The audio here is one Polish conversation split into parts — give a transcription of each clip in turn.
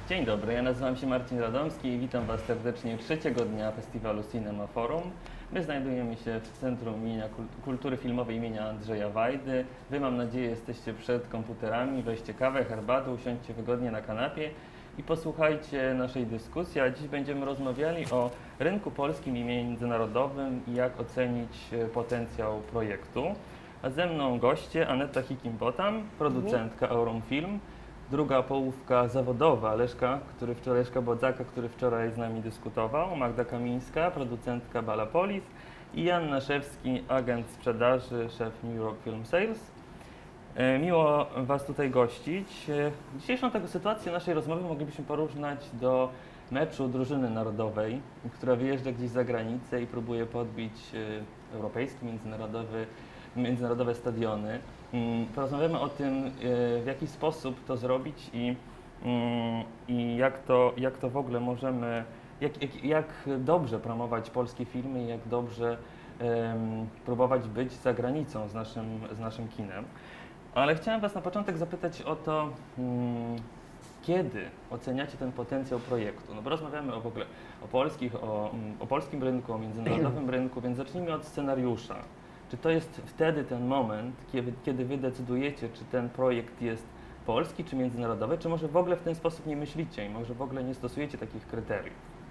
Dzień dobry, ja nazywam się Marcin Radomski i witam Was serdecznie trzeciego dnia festiwalu Cinema Forum. My znajdujemy się w Centrum Kultury Filmowej imienia Andrzeja Wajdy. Wy, mam nadzieję, jesteście przed komputerami, weźcie kawę, herbatę, usiądźcie wygodnie na kanapie i posłuchajcie naszej dyskusji, a dziś będziemy rozmawiali o rynku polskim i międzynarodowym i jak ocenić potencjał projektu. A ze mną goście Aneta Hikim-Botam, producentka Aurum Film, druga połówka zawodowa Leszka Bodzaka, który wczoraj z nami dyskutował, Magda Kamińska, producentka Balapolis i Jan Naszewski, agent sprzedaży, szef New York Film Sales. Miło Was tutaj gościć. Dzisiejszą taką sytuację naszej rozmowy moglibyśmy porównać do meczu drużyny narodowej, która wyjeżdża gdzieś za granicę i próbuje podbić europejski, międzynarodowe stadiony. Porozmawiamy o tym, w jaki sposób to zrobić i jak to w ogóle możemy, jak dobrze promować polskie filmy i jak dobrze próbować być za granicą z naszym kinem. Ale chciałem Was na początek zapytać o to, kiedy oceniacie ten potencjał projektu? No bo rozmawiamy w ogóle o polskim rynku, o międzynarodowym rynku, więc zacznijmy od scenariusza. Czy to jest wtedy ten moment, kiedy Wy decydujecie, czy ten projekt jest polski, czy międzynarodowy, czy może w ogóle w ten sposób nie myślicie i może w ogóle nie stosujecie takich kryteriów?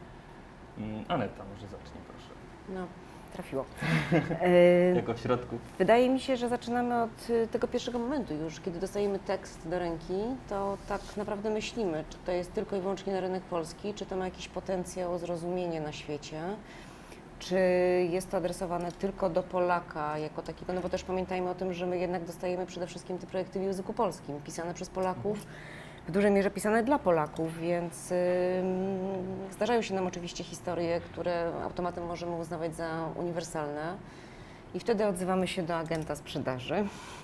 Aneta, może zacznij, proszę. No, trafiło. Jako w środku. Wydaje mi się, że zaczynamy od tego pierwszego momentu już, kiedy dostajemy tekst do ręki, to tak naprawdę myślimy, czy to jest tylko i wyłącznie na rynek polski, czy to ma jakiś potencjał zrozumienia na świecie. Czy jest to adresowane tylko do Polaka jako takiego, no bo też pamiętajmy o tym, że my jednak dostajemy przede wszystkim te projekty w języku polskim, pisane przez Polaków, w dużej mierze pisane dla Polaków, więc zdarzają się nam oczywiście historie, które automatem możemy uznawać za uniwersalne i wtedy odzywamy się do agenta sprzedaży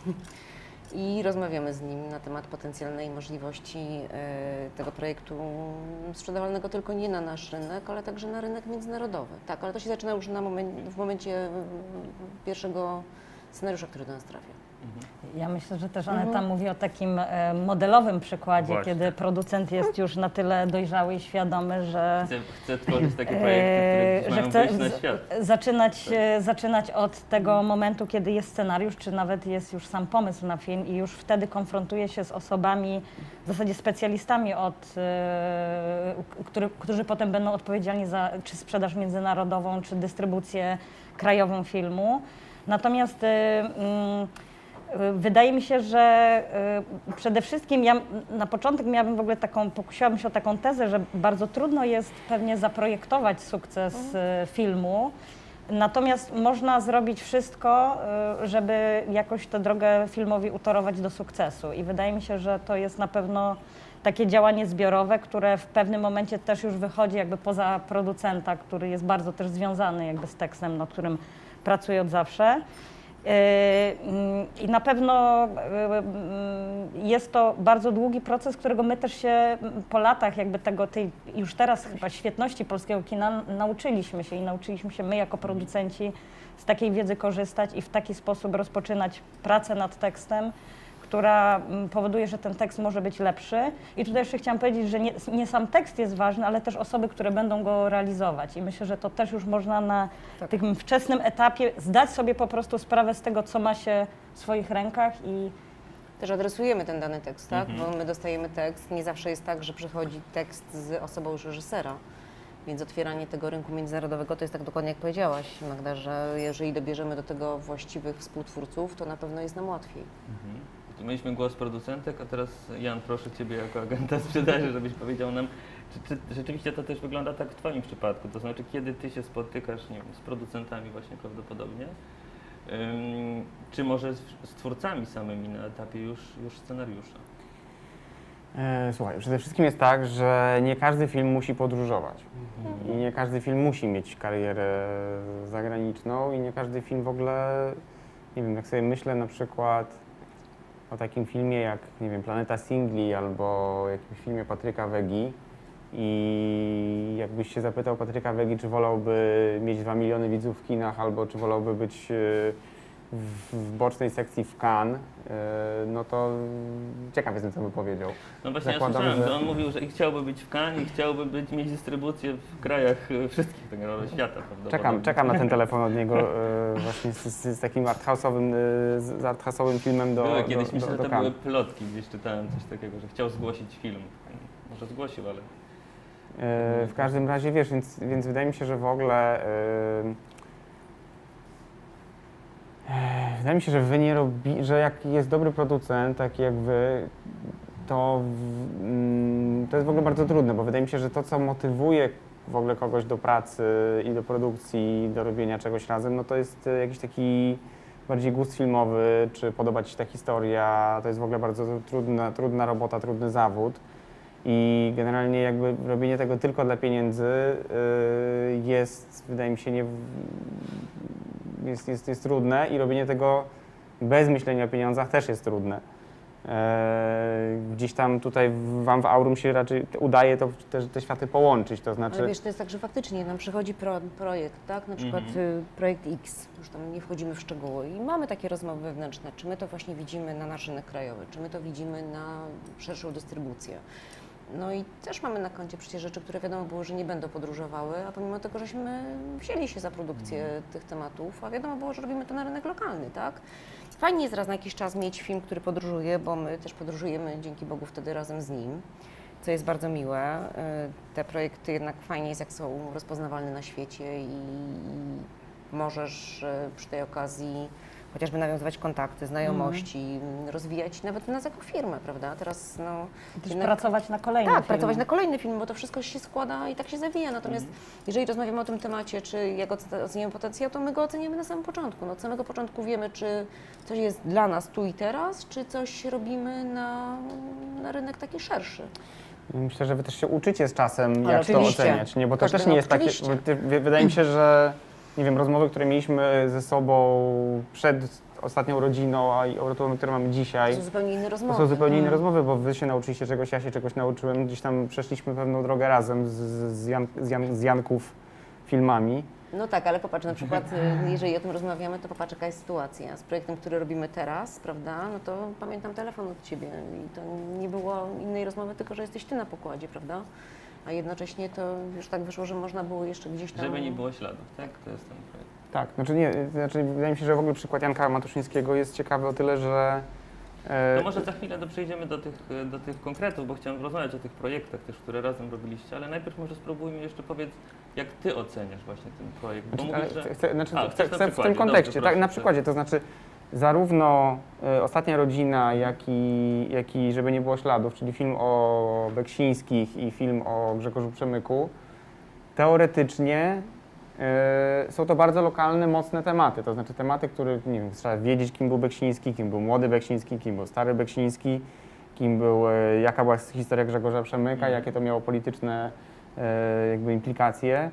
i rozmawiamy z nim na temat potencjalnej możliwości tego projektu sprzedawalnego tylko nie na nasz rynek, ale także na rynek międzynarodowy. Tak, ale to się zaczyna już w momencie pierwszego scenariusza, który do nas trafia. Ja myślę, że też Aneta mówi o takim modelowym przykładzie, Właśnie. kiedy producent jest już na tyle dojrzały i świadomy, że Chce tworzyć takie projekty, które mają wyjść na świat. zaczynać od tego momentu, kiedy jest scenariusz, czy nawet jest już sam pomysł na film i już wtedy konfrontuje się z osobami, w zasadzie specjalistami, którzy potem będą odpowiedzialni za czy sprzedaż międzynarodową, czy dystrybucję krajową filmu. Natomiast wydaje mi się, że przede wszystkim ja na początek miałabym w ogóle pokusiłabym się o taką tezę, że bardzo trudno jest pewnie zaprojektować sukces filmu, natomiast można zrobić wszystko, żeby jakoś tę drogę filmowi utorować do sukcesu i wydaje mi się, że to jest na pewno takie działanie zbiorowe, które w pewnym momencie też już wychodzi jakby poza producenta, który jest bardzo też związany jakby z tekstem, nad którym pracuje od zawsze. I na pewno jest to bardzo długi proces, którego my też się po latach jakby tej już teraz chyba świetności polskiego kina nauczyliśmy się i nauczyliśmy się my jako producenci z takiej wiedzy korzystać i w taki sposób rozpoczynać pracę nad tekstem, która powoduje, że ten tekst może być lepszy. I tutaj jeszcze chciałam powiedzieć, że nie sam tekst jest ważny, ale też osoby, które będą go realizować. I myślę, że to też już można na tym wczesnym etapie zdać sobie po prostu sprawę z tego, co ma się w swoich rękach i Też adresujemy ten dany tekst, tak? Bo my dostajemy tekst, nie zawsze jest tak, że przychodzi tekst z osobą już reżysera. Więc otwieranie tego rynku międzynarodowego to jest tak dokładnie jak powiedziałaś, Magda, że jeżeli dobierzemy do tego właściwych współtwórców, to na pewno jest nam łatwiej. Tu mieliśmy głos producentek, a teraz Jan, proszę Ciebie jako agenta sprzedaży, żebyś powiedział nam, czy rzeczywiście to też wygląda tak w Twoim przypadku, to znaczy kiedy Ty się spotykasz, nie wiem, z producentami właśnie prawdopodobnie, czy może z twórcami samymi na etapie już scenariusza? Słuchaj, przede wszystkim jest tak, że nie każdy film musi podróżować i nie każdy film musi mieć karierę zagraniczną i nie każdy film w ogóle, nie wiem, jak sobie myślę na przykład o takim filmie jak, nie wiem, Planeta Singli albo jakimś filmie Patryka Wegi i jakbyś się zapytał Patryka Wegi, czy wolałby mieć 2 miliony widzów w kinach albo czy wolałby być w bocznej sekcji w Cannes, no to ciekaw jestem, co by powiedział. No właśnie Zakładam, ja słyszałem, że- że on mówił, że chciałby być w Cannes i chciałby mieć dystrybucję w krajach wszystkich tak naprawdę świata, prawdopodobnie. Czekam na ten telefon od niego właśnie z takim arthouse'owym, z arthouse'owym filmem Były kiedyś, myślę, że do to były Cannes. plotki, gdzieś czytałem coś takiego, że chciał zgłosić film. Może zgłosił, ale... W każdym razie, wiesz, więc wydaje mi się, że w ogóle wydaje mi się, że wy nie robi, że jak jest dobry producent, taki jak wy, to to jest w ogóle bardzo trudne, bo wydaje mi się, że to, co motywuje w ogóle kogoś do pracy i do produkcji, do robienia czegoś razem, no to jest jakiś taki bardziej gust filmowy, czy podoba ci się ta historia, to jest w ogóle bardzo trudna robota, trudny zawód. I generalnie jakby robienie tego tylko dla pieniędzy jest, wydaje mi się, jest trudne i robienie tego bez myślenia o pieniądzach też jest trudne. Gdzieś tam tutaj wam w Aurum się raczej udaje to te światy połączyć, to znaczy... Ale wiesz, to jest tak, że faktycznie nam przychodzi projekt, tak? Na przykład projekt X, już tam nie wchodzimy w szczegóły i mamy takie rozmowy wewnętrzne, czy my to właśnie widzimy na nasz rynek krajowy, czy my to widzimy na szerszą dystrybucję. No i też mamy na koncie przecież rzeczy, które wiadomo było, że nie będą podróżowały, a pomimo tego, żeśmy wzięli się za produkcję tych tematów, a wiadomo było, że robimy to na rynek lokalny, tak? Fajnie jest raz na jakiś czas mieć film, który podróżuje, bo my też podróżujemy dzięki Bogu wtedy razem z nim, co jest bardzo miłe. Te projekty jednak fajnie jest, jak są rozpoznawalne na świecie i możesz przy tej okazji chociażby nawiązywać kontakty, znajomości, rozwijać nawet nas jako firmę, prawda? Teraz no... Też pracować na kolejny Tak, film. pracować na kolejny film, bo to wszystko się składa i tak się zawija. Natomiast jeżeli rozmawiamy o tym temacie, czy jak oceniamy potencjał, to my go oceniamy na samym początku. No, od samego początku wiemy, czy coś jest dla nas tu i teraz, czy coś robimy na rynek taki szerszy. Myślę, że wy też się uczycie z czasem, Ale jak to oczywiście. oceniać, nie? Bo to Każdy, też nie jest takie... oczywiście. Wydaje mi się, że nie wiem, rozmowy, które mieliśmy ze sobą przed ostatnią rodziną, a i rozmowy, które mamy dzisiaj, To są zupełnie inne to rozmowy. są zupełnie inne rozmowy, bo wy się nauczyliście czegoś, ja się czegoś nauczyłem, gdzieś tam przeszliśmy pewną drogę razem z Janków filmami. No tak, ale popatrz, na przykład jeżeli o tym rozmawiamy, to popatrz, jaka jest sytuacja. Z projektem, który robimy teraz, prawda, no to pamiętam telefon od Ciebie i to nie było innej rozmowy, tylko że jesteś Ty na pokładzie, prawda? A jednocześnie to już tak wyszło, że można było jeszcze gdzieś tam... Żeby nie było śladów, tak? To jest ten projekt. Tak, znaczy wydaje mi się, że w ogóle przykład Janka Matuszyńskiego jest ciekawy o tyle, że... To może za chwilę przejdziemy do tych konkretów, bo chciałem rozmawiać o tych projektach też, które razem robiliście, ale najpierw może spróbujmy jeszcze powiedzieć, jak Ty oceniasz właśnie ten projekt, bo mówisz, że... Chcę w tym kontekście, dobrze, tak, na proszę. przykładzie, to znaczy zarówno Ostatnia rodzina, jak i Żeby nie było śladów, czyli film o Beksińskich i film o Grzegorzu Przemyku, teoretycznie są to bardzo lokalne, mocne tematy, to znaczy tematy, które, nie wiem, trzeba wiedzieć, kim był Beksiński, kim był młody Beksiński, kim był stary Beksiński, jaka była historia Grzegorza Przemyka, jakie to miało polityczne jakby implikacje.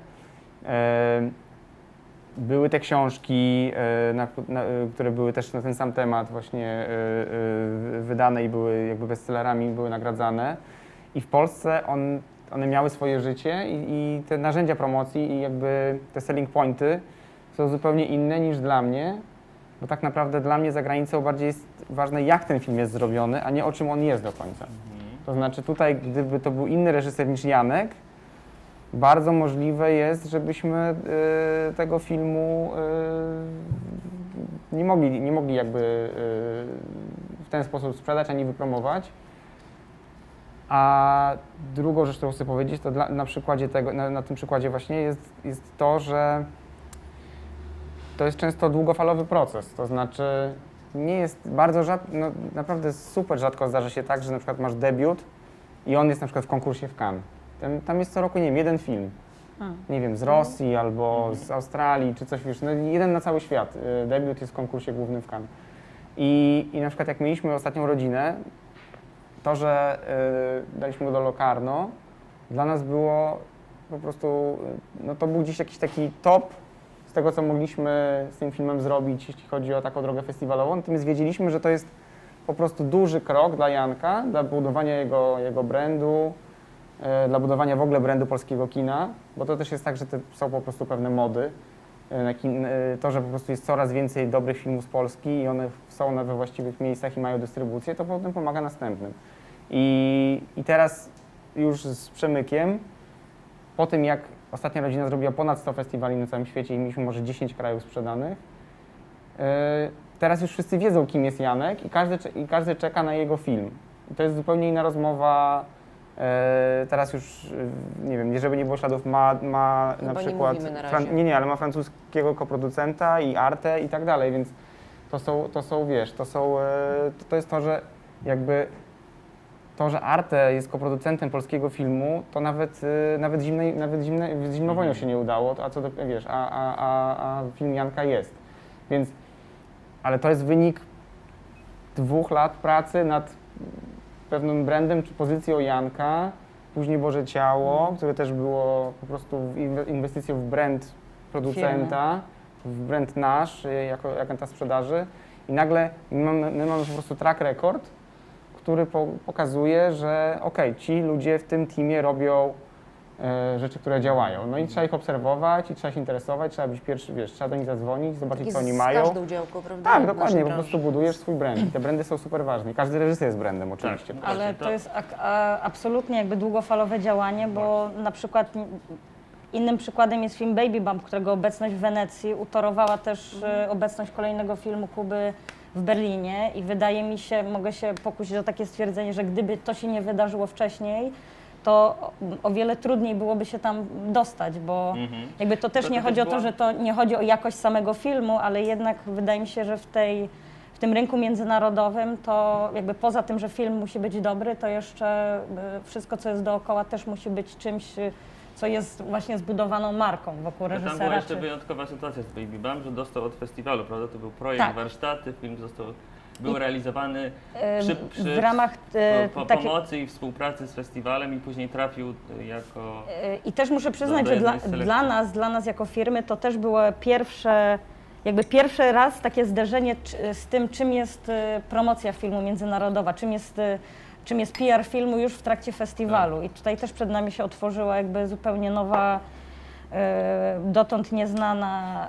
Były te książki, które były też na ten sam temat właśnie wydane i były jakby bestsellerami, były nagradzane. I w Polsce one miały swoje życie i te narzędzia promocji i jakby te selling pointy są zupełnie inne niż dla mnie, bo tak naprawdę dla mnie za granicą bardziej jest ważne, jak ten film jest zrobiony, a nie o czym on jest do końca. To znaczy tutaj, gdyby to był inny reżyser niż Janek, bardzo możliwe jest, żebyśmy tego filmu nie mogli jakby w ten sposób sprzedać ani wypromować. A drugą rzecz, którą chcę powiedzieć, to na przykładzie tego, na tym przykładzie właśnie jest to, że to jest często długofalowy proces, to znaczy nie jest bardzo no, naprawdę super rzadko zdarza się tak, że na przykład masz debiut i on jest na przykład w konkursie w Cannes. Tam jest co roku, nie wiem, jeden film, nie wiem, z Rosji albo z Australii czy coś, wiesz, no jeden na cały świat. Debiut jest w konkursie głównym w Cannes. I na przykład jak mieliśmy Ostatnią rodzinę, to, że daliśmy go do Locarno, dla nas było po prostu, no to był gdzieś jakiś taki top z tego, co mogliśmy z tym filmem zrobić, jeśli chodzi o taką drogę festiwalową. Natomiast wiedzieliśmy, że to jest po prostu duży krok dla Janka, dla budowania jego brandu, dla budowania w ogóle brandu polskiego kina, bo to też jest tak, że są po prostu pewne mody to, że po prostu jest coraz więcej dobrych filmów z Polski i one są we właściwych miejscach i mają dystrybucję, to potem pomaga następnym. I teraz już z Przemykiem, po tym jak Ostatnia Rodzina zrobiła ponad 100 festiwali na całym świecie i mieliśmy może 10 krajów sprzedanych, teraz już wszyscy wiedzą, kim jest Janek i każdy czeka na jego film. I to jest zupełnie inna rozmowa. Teraz już, nie wiem, żeby nie było śladów, ma Chyba na nie przykład... mówimy na razie. Nie, ale ma francuskiego koproducenta i Arte i tak dalej, więc to jest to, że jakby to, że Arte jest koproducentem polskiego filmu, to nawet Zimną wojną się nie udało, a co do, wiesz, a film Janka jest. Więc, ale to jest wynik 2 lat pracy nad pewnym brandem czy pozycją Janka, później Boże Ciało, które też było po prostu inwestycją w brand producenta, w brand nasz, jako agenta sprzedaży i nagle my mamy po prostu track record, który pokazuje, że ci ludzie w tym teamie robią rzeczy, które działają. No i trzeba ich obserwować i trzeba się interesować, trzeba być pierwszy, wiesz, trzeba do nich zadzwonić, zobaczyć, co oni mają. Z każdą działką, prawda? Tak, dokładnie, po prostu budujesz swój brand i te brandy są super ważne. Każdy reżyser jest brandem oczywiście. Tak. Ale to jest absolutnie jakby długofalowe działanie, bo na przykład innym przykładem jest film Baby Bump, którego obecność w Wenecji utorowała też obecność kolejnego filmu Kuby w Berlinie i wydaje mi się, mogę się pokusić o takie stwierdzenie, że gdyby to się nie wydarzyło wcześniej, to o wiele trudniej byłoby się tam dostać, bo jakby to też nie chodzi o to, że to nie chodzi o jakość samego filmu, ale jednak wydaje mi się, że w tym rynku międzynarodowym to jakby poza tym, że film musi być dobry, to jeszcze wszystko, co jest dookoła, też musi być czymś, co jest właśnie zbudowaną marką wokół reżysera. Tam była jeszcze wyjątkowa sytuacja z Baby Bump, że dostał od festiwalu, prawda? To był projekt, warsztaty, film był realizowany w ramach pomocy i współpracy z festiwalem i później trafił jako... I też muszę przyznać, że dla nas jako firmy to też było pierwszy raz takie zderzenie z tym, czym jest promocja filmu międzynarodowa, czym jest PR filmu już w trakcie festiwalu. Tak. I tutaj też przed nami się otworzyła jakby zupełnie nowa, dotąd nieznana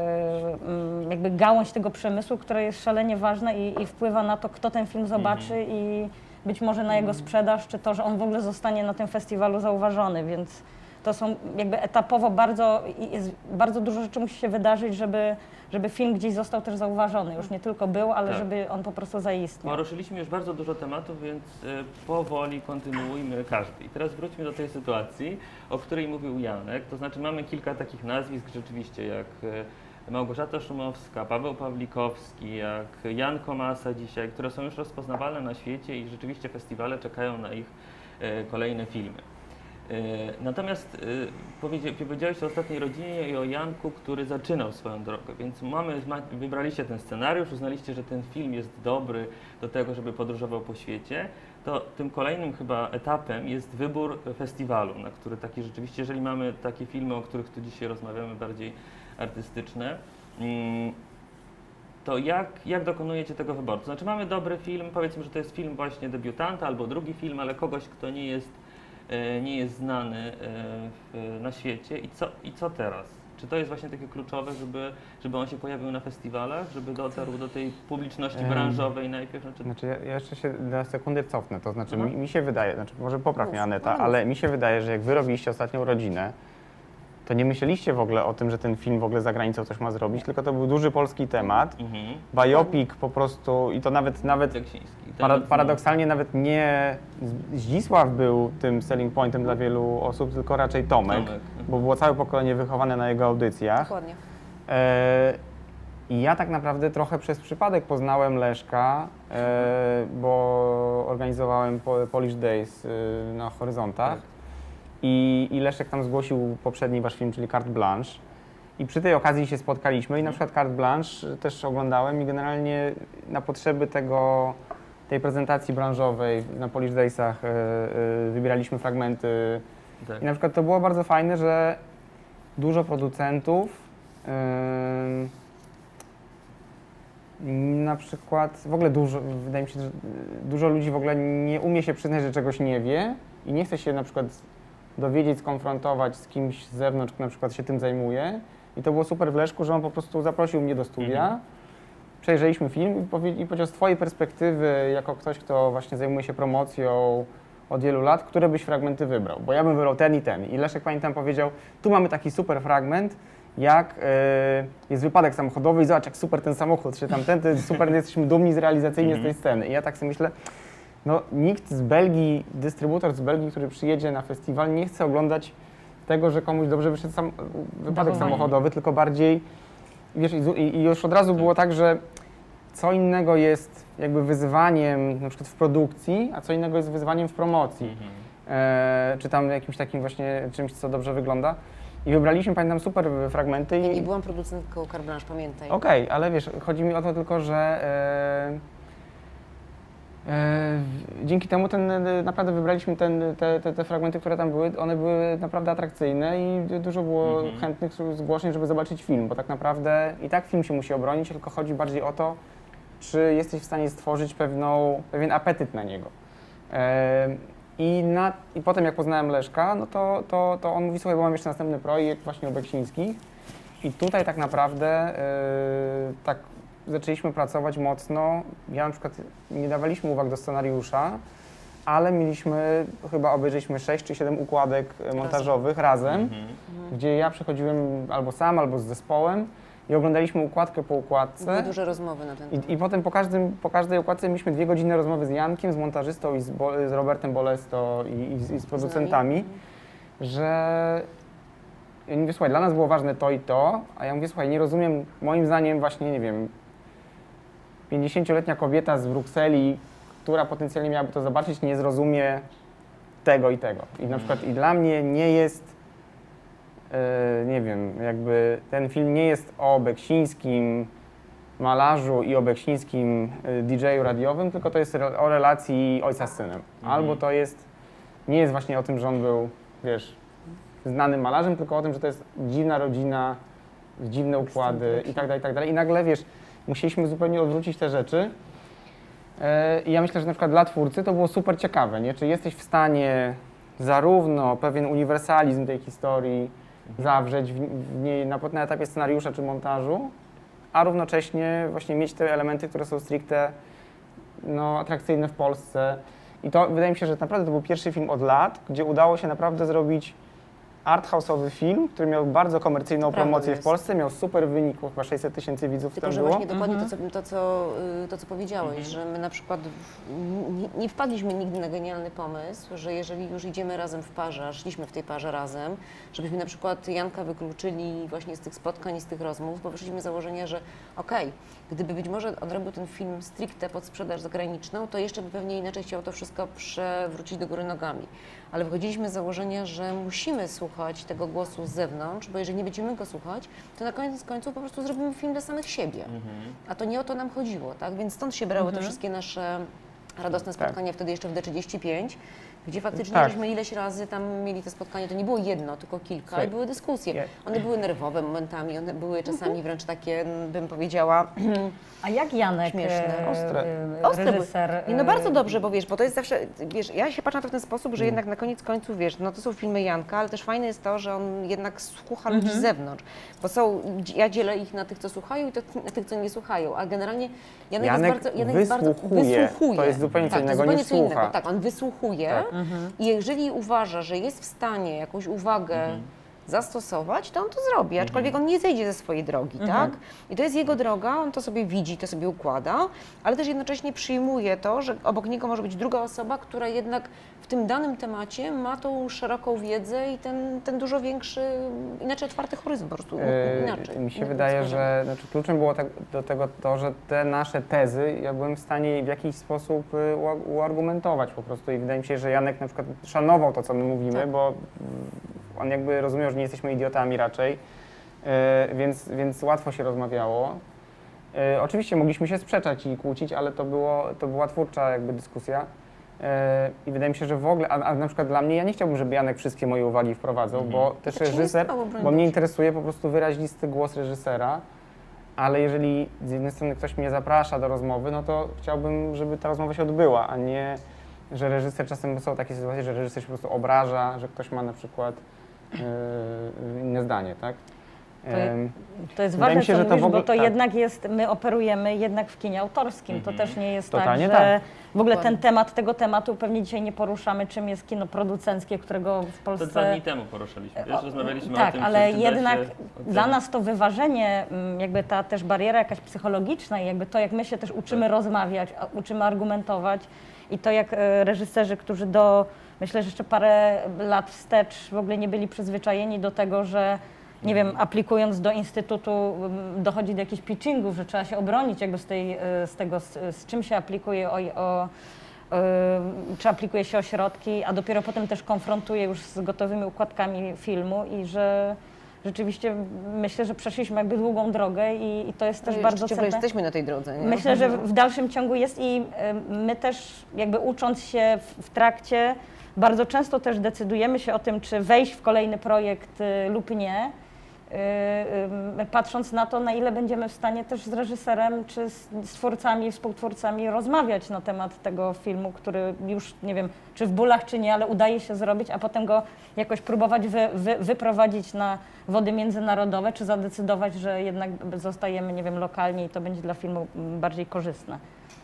jakby gałąź tego przemysłu, która jest szalenie ważna i wpływa na to, kto ten film zobaczy i być może na jego sprzedaż, czy to, że on w ogóle zostanie na tym festiwalu zauważony, więc to są jakby etapowo bardzo dużo rzeczy musi się wydarzyć, żeby film gdzieś został też zauważony. Już nie tylko był, ale żeby on po prostu zaistniał. Poruszyliśmy już bardzo dużo tematów, więc powoli kontynuujmy każdy. I teraz wróćmy do tej sytuacji, o której mówił Janek. To znaczy mamy kilka takich nazwisk rzeczywiście, jak Małgorzata Szumowska, Paweł Pawlikowski, jak Jan Komasa dzisiaj, które są już rozpoznawalne na świecie i rzeczywiście festiwale czekają na ich kolejne filmy. Natomiast powiedziałeś o Ostatniej Rodzinie i o Janku, który zaczynał swoją drogę, więc wybraliście ten scenariusz, uznaliście, że ten film jest dobry do tego, żeby podróżował po świecie, to tym kolejnym chyba etapem jest wybór festiwalu, na który taki rzeczywiście, jeżeli mamy takie filmy, o których tu dzisiaj rozmawiamy, bardziej artystyczne, to jak dokonujecie tego wyboru? To znaczy mamy dobry film, powiedzmy, że to jest film właśnie debiutanta albo drugi film, ale kogoś, kto nie jest znany na świecie i co teraz? Czy to jest właśnie takie kluczowe, żeby on się pojawił na festiwalach, żeby dotarł do tej publiczności branżowej najpierw? Znaczy ja jeszcze się na sekundę cofnę, to znaczy mi się wydaje, znaczy może popraw mnie Aneta, ale mi się wydaje, że jak wy robiliście Ostatnią Rodzinę, to nie myśleliście w ogóle o tym, że ten film w ogóle za granicą coś ma zrobić, tylko to był duży polski temat, biopic po prostu i to nawet paradoksalnie nawet nie Zdzisław był tym selling pointem dla wielu osób, tylko raczej Tomek. Bo było całe pokolenie wychowane na jego audycjach. Dokładnie. I ja tak naprawdę trochę przez przypadek poznałem Leszka, bo organizowałem Polish Days na Horyzontach. Tak. I Leszek tam zgłosił poprzedni wasz film, czyli Carte Blanche. I przy tej okazji się spotkaliśmy i na przykład Carte Blanche też oglądałem i generalnie na potrzeby tej prezentacji branżowej na Polish Daysach wybieraliśmy fragmenty. Tak. I na przykład to było bardzo fajne, że dużo producentów, na przykład w ogóle wydaje mi się, że dużo ludzi w ogóle nie umie się przyznać, że czegoś nie wie i nie chce się na przykład dowiedzieć, skonfrontować z kimś z zewnątrz, kto na przykład się tym zajmuje, I to było super w Leszku, że on po prostu zaprosił mnie do studia, przejrzeliśmy film i powiedział z twojej perspektywy, jako ktoś, kto właśnie zajmuje się promocją od wielu lat, które byś fragmenty wybrał? Bo ja bym wybrał ten i ten. I Leszek, pamiętam, powiedział, tu mamy taki super fragment, jak jest wypadek samochodowy i zobacz, jak super ten samochód, czy tamten, to jest super, jesteśmy dumni realizacyjnie z tej sceny. I ja tak sobie myślę, no nikt z Belgii, dystrybutor z Belgii, który przyjedzie na festiwal, nie chce oglądać tego, że komuś dobrze wyszedł wypadek samochodowy, tylko bardziej, wiesz, i już od razu było tak, że co innego jest jakby wyzwaniem na przykład w produkcji, a co innego jest wyzwaniem w promocji. Czy tam jakimś takim właśnie czymś, co dobrze wygląda. I wybraliśmy, pamiętam, super fragmenty. Ja nie byłam producentką Carte Blanche, pamiętaj. Okej, ale wiesz, chodzi mi o to tylko, że dzięki temu naprawdę wybraliśmy te fragmenty, które tam były, one były naprawdę atrakcyjne i dużo było chętnych zgłoszeń, żeby zobaczyć film, bo tak naprawdę i tak film się musi obronić, tylko chodzi bardziej o to, czy jesteś w stanie stworzyć pewien apetyt na niego. I potem jak poznałem Leszka, no to on mówi, słuchaj, bo mam jeszcze następny projekt właśnie o Beksińskich i tutaj tak naprawdę tak zaczęliśmy pracować mocno. Ja na przykład nie dawaliśmy uwag do scenariusza, ale chyba obejrzeliśmy 6 czy 7 układek montażowych razem, gdzie ja przychodziłem albo sam, albo z zespołem i oglądaliśmy układkę po układce. Były duże rozmowy na ten temat. I potem po każdej układce mieliśmy 2 godziny rozmowy z Jankiem, z montażystą i z Robertem Bolesto i z producentami, że ja mówię, słuchaj, dla nas było ważne to i to, a ja mówię, słuchaj, nie rozumiem, moim zdaniem właśnie, nie wiem, 50-letnia kobieta z Brukseli, która potencjalnie miałaby to zobaczyć, nie zrozumie tego i tego. I na przykład i dla mnie nie jest, nie wiem, jakby ten film nie jest o beksińskim malarzu i o beksińskim DJ-u radiowym, tylko to jest o relacji ojca z synem. Albo to nie jest właśnie o tym, że on był, wiesz, znanym malarzem, tylko o tym, że to jest dziwna rodzina, dziwne układy i tak dalej, i tak dalej. I nagle, wiesz, musieliśmy zupełnie odwrócić te rzeczy. I ja myślę, że na przykład dla twórcy to było super ciekawe, nie? Czy jesteś w stanie zarówno pewien uniwersalizm tej historii zawrzeć w niej na etapie scenariusza czy montażu, a równocześnie właśnie mieć te elementy, które są stricte atrakcyjne w Polsce. I to wydaje mi się, że naprawdę to był pierwszy film od lat, gdzie udało się naprawdę zrobić arthouse'owy film, który miał bardzo komercyjną promocję w Polsce, miał super wynik, chyba 600 000 widzów Tylko, tam że było. właśnie dokładnie to, co powiedziałeś, że my na przykład nie wpadliśmy nigdy na genialny pomysł, że jeżeli już idziemy razem w parze, a szliśmy w tej parze razem, żebyśmy na przykład Janka wykluczyli właśnie z tych spotkań i z tych rozmów, bo wyszliśmy z założenia, że gdyby być może on robił ten film stricte pod sprzedaż zagraniczną, to jeszcze by pewnie inaczej chciał to wszystko przewrócić do góry nogami. Ale wychodziliśmy z założenia, że musimy słuchać tego głosu z zewnątrz, bo jeżeli nie będziemy go słuchać, to na koniec końców po prostu zrobimy film dla samych siebie. A to nie o to nam chodziło, tak? Więc stąd się brały te wszystkie nasze radosne spotkania wtedy jeszcze w D35, gdzie faktycznie żeśmy ileś razy tam mieli te spotkania, to nie było jedno, tylko kilka i były dyskusje. One były nerwowe momentami, one były czasami wręcz takie, bym powiedziała, A jak Janek, śmieszne. Ostre reżyser... No bardzo dobrze, bo wiesz, bo to jest zawsze, wiesz, ja się patrzę na to w ten sposób, że jednak na koniec końców, wiesz, no to są filmy Janka, ale też fajne jest to, że on jednak słucha ludzi z zewnątrz, bo ja dzielę ich na tych, co słuchają i na tych, co nie słuchają, a generalnie Janek jest bardzo wysłuchuje. To jest zupełnie co innego niż słucha. Tak, on wysłuchuje i jeżeli uważa, że jest w stanie jakąś uwagę zastosować, to on to zrobi, aczkolwiek on nie zejdzie ze swojej drogi, tak? I to jest jego droga, on to sobie widzi, to sobie układa, ale też jednocześnie przyjmuje to, że obok niego może być druga osoba, która jednak w tym danym temacie ma tą szeroką wiedzę i ten dużo większy, inaczej otwarty horyzont, po prostu inaczej. Mi się wydaje, że kluczem było do tego to, że te nasze tezy ja byłem w stanie w jakiś sposób uargumentować po prostu i wydaje mi się, że Janek na przykład szanował to, co my mówimy, bo on jakby rozumiał, że nie jesteśmy idiotami raczej, więc łatwo się rozmawiało. Oczywiście mogliśmy się sprzeczać i kłócić, ale to była twórcza jakby dyskusja. I wydaje mi się, że w ogóle, a na przykład dla mnie, ja nie chciałbym, żeby Janek wszystkie moje uwagi wprowadzał, bo też reżyser, bo mnie interesuje po prostu wyrazisty głos reżysera, ale jeżeli z jednej strony ktoś mnie zaprasza do rozmowy, no to chciałbym, żeby ta rozmowa się odbyła, a nie, że reżyser, czasem są takie sytuacje, że reżyser się po prostu obraża, że ktoś ma na przykład inne zdanie, tak? To jest Wydaje ważne, mi się, co że to mówisz, w ogóle- bo to tak. jednak jest, my operujemy jednak w kinie autorskim. To też nie jest Totalnie tak, że tak. w ogóle Dokładnie. tego tematu pewnie dzisiaj nie poruszamy, czym jest kino producenckie, którego w To Polsce... 2 dni temu poruszyliśmy, wiesz, rozmawialiśmy o Tak, tym, ale czy da jednak się ocenić. dla nas to wyważenie, jakby ta też bariera jakaś psychologiczna i jakby to, jak my się też uczymy rozmawiać, uczymy argumentować i to, jak reżyserzy, którzy myślę, że jeszcze parę lat wstecz w ogóle nie byli przyzwyczajeni do tego, że nie wiem, aplikując do instytutu dochodzi do jakichś pitchingów, że trzeba się obronić jakby z tego, z czym się aplikuje, czy aplikuje się o środki, a dopiero potem też konfrontuje już z gotowymi układkami filmu i że rzeczywiście myślę, że przeszliśmy jakby długą drogę i to jest też bardzo ciągle cenne. jesteśmy na tej drodze. Nie? Myślę, że w dalszym ciągu jest i my też jakby ucząc się w trakcie, bardzo często też decydujemy się o tym, czy wejść w kolejny projekt lub nie, patrząc na to, na ile będziemy w stanie też z reżyserem czy z twórcami, współtwórcami rozmawiać na temat tego filmu, który już nie wiem, czy w bólach, czy nie, ale udaje się zrobić, a potem go jakoś próbować wyprowadzić na wody międzynarodowe, czy zadecydować, że jednak zostajemy, nie wiem, lokalnie i to będzie dla filmu bardziej korzystne.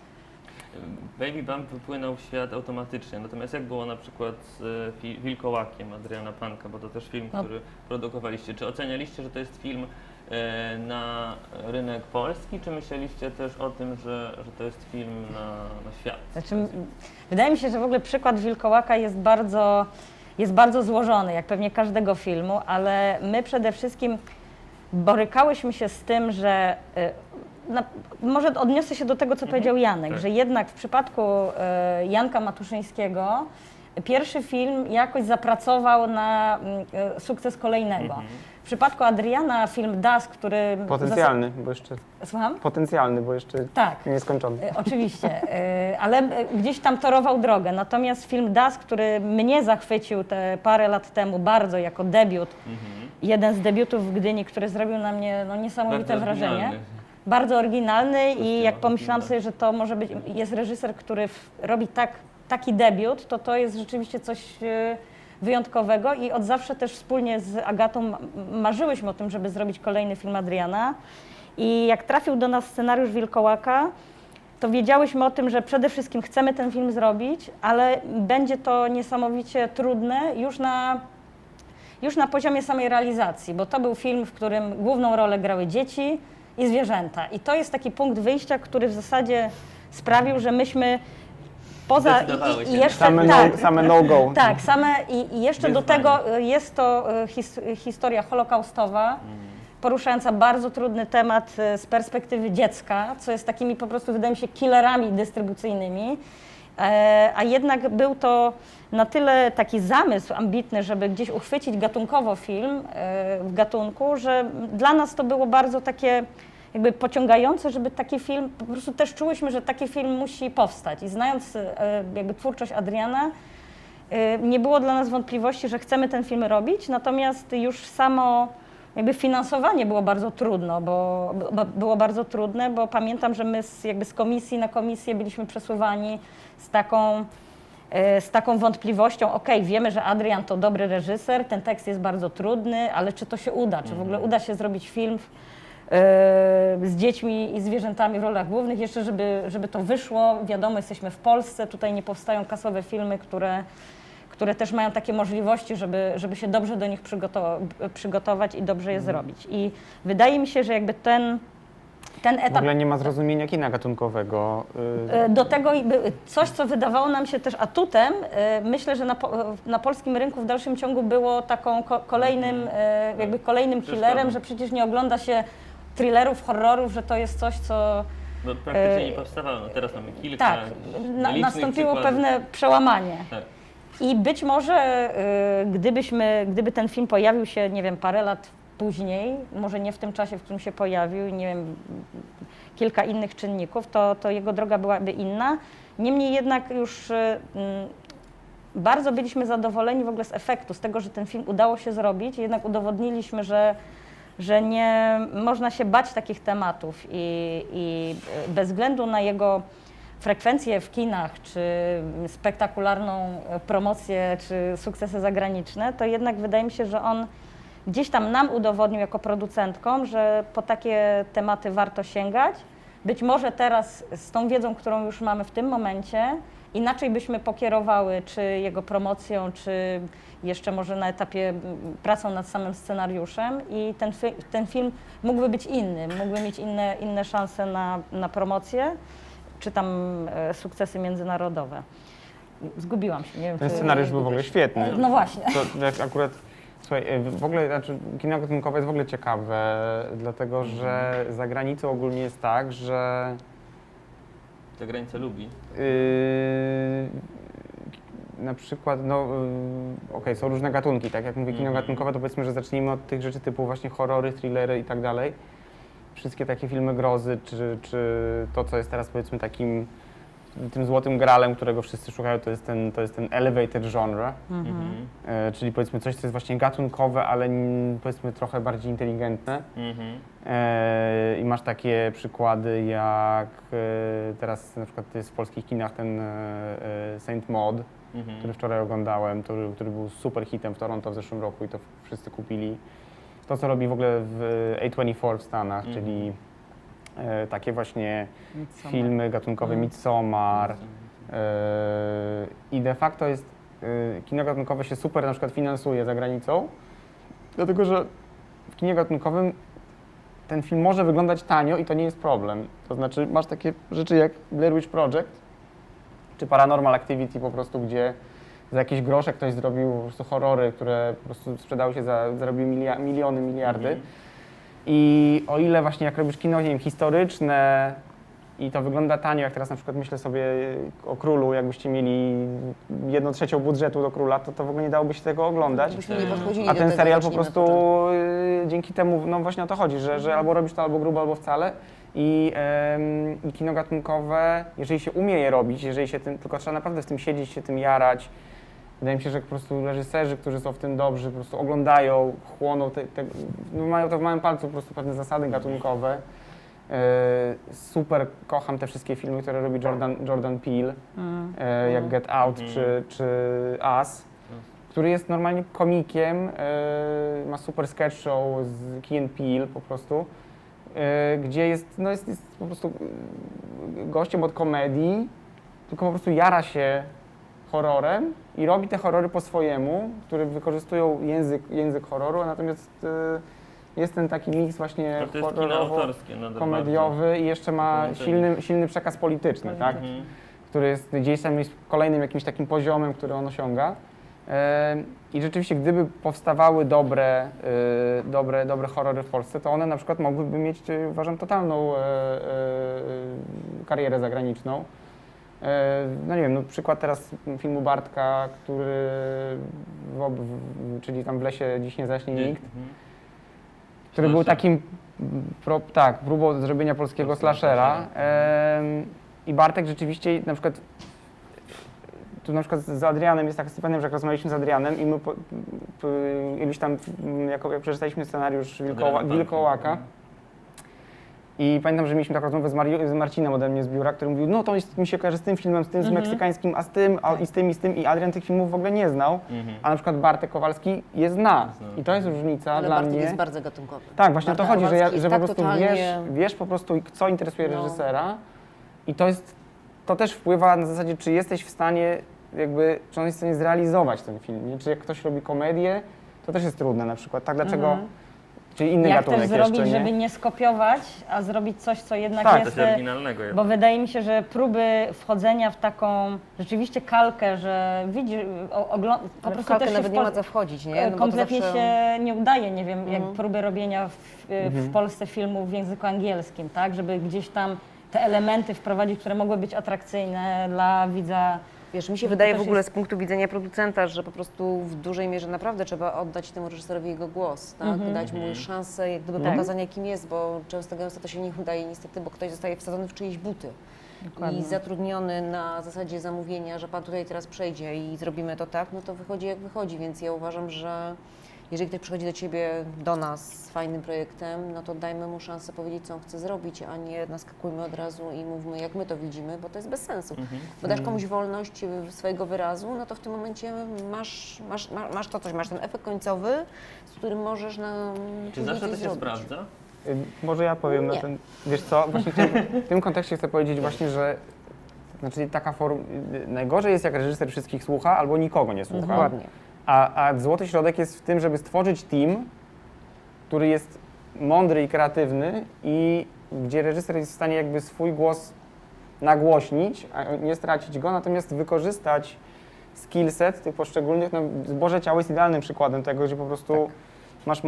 Baby Bump wypłynął w świat automatycznie, natomiast jak było na przykład z Wilkołakiem Adriana Panka, bo to też film, który produkowaliście. Czy ocenialiście, że to jest film na rynek polski, czy myśleliście też o tym, że to jest film na świat? Znaczy, wydaje mi się, że w ogóle przykład Wilkołaka jest bardzo złożony, jak pewnie każdego filmu, ale my przede wszystkim borykałyśmy się z tym, że może odniosę się do tego, co powiedział Janek, tak. że jednak w przypadku Janka Matuszyńskiego pierwszy film jakoś zapracował na sukces kolejnego. W przypadku Adriana film Das, który... Potencjalny, bo jeszcze... Słucham? Potencjalny, bo jeszcze Tak. nieskończony. Oczywiście, ale gdzieś tam torował drogę. Natomiast film Das, który mnie zachwycił te parę lat temu bardzo jako debiut, jeden z debiutów w Gdyni, który zrobił na mnie niesamowite Bardzo wrażenie. oryginalny. Bardzo oryginalny i jak Kostiumowy, pomyślałam tak. sobie, że to może być, jest reżyser, który robi taki debiut, to jest rzeczywiście coś wyjątkowego i od zawsze też wspólnie z Agatą marzyłyśmy o tym, żeby zrobić kolejny film Adriana. I jak trafił do nas scenariusz Wilkołaka, to wiedziałyśmy o tym, że przede wszystkim chcemy ten film zrobić, ale będzie to niesamowicie trudne już na poziomie samej realizacji, bo to był film, w którym główną rolę grały dzieci i zwierzęta. I to jest taki punkt wyjścia, który w zasadzie sprawił, że myśmy poza... Zdecydowały się. jeszcze, Same no-go. tak, i jeszcze do Wyzwanie. tego jest to historia holokaustowa, poruszająca bardzo trudny temat z perspektywy dziecka, co jest takimi po prostu, wydaje mi się, killerami dystrybucyjnymi. A jednak był to na tyle taki zamysł ambitny, żeby gdzieś uchwycić gatunkowo film w gatunku, że dla nas to było bardzo takie jakby pociągające, żeby taki film, po prostu też czułyśmy, że taki film musi powstać. I znając jakby twórczość Adriana, nie było dla nas wątpliwości, że chcemy ten film robić, natomiast już samo jakby finansowanie było bardzo trudno, było bardzo trudne, bo pamiętam, że my z komisji na komisję byliśmy przesuwani z taką wątpliwością, wiemy, że Adrian to dobry reżyser, ten tekst jest bardzo trudny, ale czy to się uda, czy w ogóle uda się zrobić film z dziećmi i zwierzętami w rolach głównych, jeszcze żeby to wyszło, wiadomo, jesteśmy w Polsce, tutaj nie powstają kasowe filmy, które też mają takie możliwości, żeby się dobrze do nich przygotować i dobrze je zrobić. I wydaje mi się, że jakby ten W etap... ogóle nie ma zrozumienia kina gatunkowego. Do tego coś, co wydawało nam się też atutem, myślę, że na polskim rynku w dalszym ciągu było taką kolejnym killerem, że przecież nie ogląda się thrillerów, horrorów, że to jest coś, co... No, praktycznie nie powstawało, teraz mamy kilka. Tak, licznych nastąpiło przykładów. pewne przełamanie. Tak. I być może gdyby ten film pojawił się, nie wiem, parę lat później, może nie w tym czasie, w którym się pojawił, nie wiem, kilka innych czynników, to jego droga byłaby inna. Niemniej jednak już bardzo byliśmy zadowoleni w ogóle z efektu, z tego, że ten film udało się zrobić. Jednak udowodniliśmy, że nie można się bać takich tematów i bez względu na jego frekwencję w kinach, czy spektakularną promocję, czy sukcesy zagraniczne, to jednak wydaje mi się, że on gdzieś tam nam udowodnił jako producentkom, że po takie tematy warto sięgać. Być może teraz z tą wiedzą, którą już mamy w tym momencie, inaczej byśmy pokierowały czy jego promocją, czy jeszcze może na etapie pracą nad samym scenariuszem i ten film mógłby być inny, mógłby mieć inne szanse na promocję, czy tam sukcesy międzynarodowe. Zgubiłam się, nie wiem. Ten scenariusz był w ogóle świetny. No właśnie. To jak akurat, słuchaj, w ogóle, znaczy, kino gatunkowe jest w ogóle ciekawe, dlatego że za granicą ogólnie jest tak, że Te granice lubi. Na przykład, no, okej, są różne gatunki, tak jak mówię, kino gatunkowe, to powiedzmy, że zacznijmy od tych rzeczy typu właśnie horrory, thrillery i tak dalej. Wszystkie takie filmy grozy, czy to, co jest teraz powiedzmy tym złotym gralem, którego wszyscy szukają, to jest ten elevated genre, czyli powiedzmy coś, co jest właśnie gatunkowe, ale powiedzmy trochę bardziej inteligentne. I masz takie przykłady jak teraz na przykład jest w polskich kinach ten Saint Maud, który wczoraj oglądałem, który był super hitem w Toronto w zeszłym roku i to wszyscy kupili. To, co robi w ogóle w A24 w Stanach, czyli takie właśnie filmy gatunkowe, Midsommar. I de facto jest, kino gatunkowe się super na przykład finansuje za granicą, dlatego że w kinie gatunkowym ten film może wyglądać tanio i to nie jest problem. To znaczy masz takie rzeczy jak Blair Witch Project, czy Paranormal Activity po prostu, gdzie za jakieś grosze ktoś zrobił po prostu horrory, które po prostu sprzedały się zarobiły miliony, miliardy. I o ile właśnie jak robisz kino, nie wiem, historyczne i to wygląda tanio, jak teraz na przykład myślę sobie o Królu, jakbyście mieli 1/3 budżetu do Króla, to w ogóle nie dałoby się tego oglądać. Byśmy nie podchodzili A do ten tego serial po właśnie na prostu początku. dzięki temu, no właśnie o to chodzi, że albo robisz to albo grubo, albo wcale. I kino gatunkowe, jeżeli się umie je robić, jeżeli się tylko trzeba naprawdę w tym siedzieć, się tym jarać. Wydaje mi się, że po prostu reżyserzy, którzy są w tym dobrzy, po prostu oglądają, chłoną, mają to w małym palcu po prostu pewne zasady gatunkowe. Super kocham te wszystkie filmy, które robi Jordan Peele, jak Get Out czy Us, który jest normalnie komikiem, ma super sketch show z Key & Peele po prostu, gdzie jest po prostu gościem od komedii, tylko po prostu jara się horrorem i robi te horrory po swojemu, które wykorzystują język horroru, natomiast jest ten taki miks właśnie horrorowo-komediowy i jeszcze ma silny przekaz polityczny, tak? Który jest gdzieś tam jest kolejnym jakimś takim poziomem, który on osiąga. I rzeczywiście, gdyby powstawały dobre horrory w Polsce, to one na przykład mogłyby mieć, uważam, totalną karierę zagraniczną. No nie wiem, no przykład teraz filmu Bartka, czyli tam w lesie dziś nie zaśnie nikt, który był takim, próbą zrobienia polskiego slashera. I Bartek rzeczywiście na przykład, tu na przykład z Adrianem jest tak, z Stefanem, że jak rozmawialiśmy z Adrianem i my iluś tam, jak przeczytaliśmy scenariusz Wilkołaka, i pamiętam, że mieliśmy taką rozmowę z Marcinem ode mnie z biura, który mówił, no to mi się kojarzy z tym filmem, z meksykańskim, a z tym, i z tym, i Adrian tych filmów w ogóle nie znał, a na przykład Bartek Kowalski je zna. I to jest różnica ale dla Bartek mnie. jest bardzo gatunkowy. Tak, właśnie o to chodzi, że po prostu totalnie... wiesz po prostu, co interesuje reżysera i to też wpływa na zasadzie, czy jesteś w stanie, czy on jest w stanie zrealizować ten film, nie? Czy jak ktoś robi komedię, to też jest trudne na przykład, tak, dlaczego... Czyli inny jak gatunek też zrobić, jeszcze, żeby nie skopiować, a zrobić coś, co jednak Tak, jest... Coś oryginalnego. Bo wydaje mi się, że próby wchodzenia w taką rzeczywiście kalkę, że widzisz, po Ale w prostu kalkę też nawet się nie ma co wchodzić, nie? No bo to kompletnie zawsze... się nie udaje, nie wiem, jak próby robienia w Polsce filmów w języku angielskim, tak, żeby gdzieś tam te elementy wprowadzić, które mogły być atrakcyjne dla widza. Wiesz, mi się wydaje w ogóle z punktu widzenia producenta, że po prostu w dużej mierze naprawdę trzeba oddać temu reżyserowi jego głos, tak? Dać mu szansę jak gdyby pokazania, kim jest, bo gęsto to się nie udaje niestety, bo ktoś zostaje wsadzony w czyjeś buty. Dokładnie. I zatrudniony na zasadzie zamówienia, że pan tutaj teraz przejdzie i zrobimy to tak, no to wychodzi jak wychodzi, więc ja uważam, że jeżeli ktoś przychodzi do Ciebie, do nas z fajnym projektem, no to dajmy mu szansę powiedzieć, co on chce zrobić, a nie naskakujmy od razu i mówmy, jak my to widzimy, bo to jest bez sensu. Bo dasz komuś wolność swojego wyrazu, no to w tym momencie masz to coś, masz ten efekt końcowy, z którym możesz Czy zawsze to się sprawdza? Może ja powiem na Nie. ten, wiesz co, właśnie w tym kontekście chcę powiedzieć właśnie, że znaczy taka najgorzej jest, jak reżyser wszystkich słucha albo nikogo nie słucha. Dokładnie. A złoty środek jest w tym, żeby stworzyć team, który jest mądry i kreatywny i gdzie reżyser jest w stanie jakby swój głos nagłośnić, a nie stracić go, natomiast wykorzystać skillset tych poszczególnych. No, Boże Ciało jest idealnym przykładem tego, gdzie po prostu masz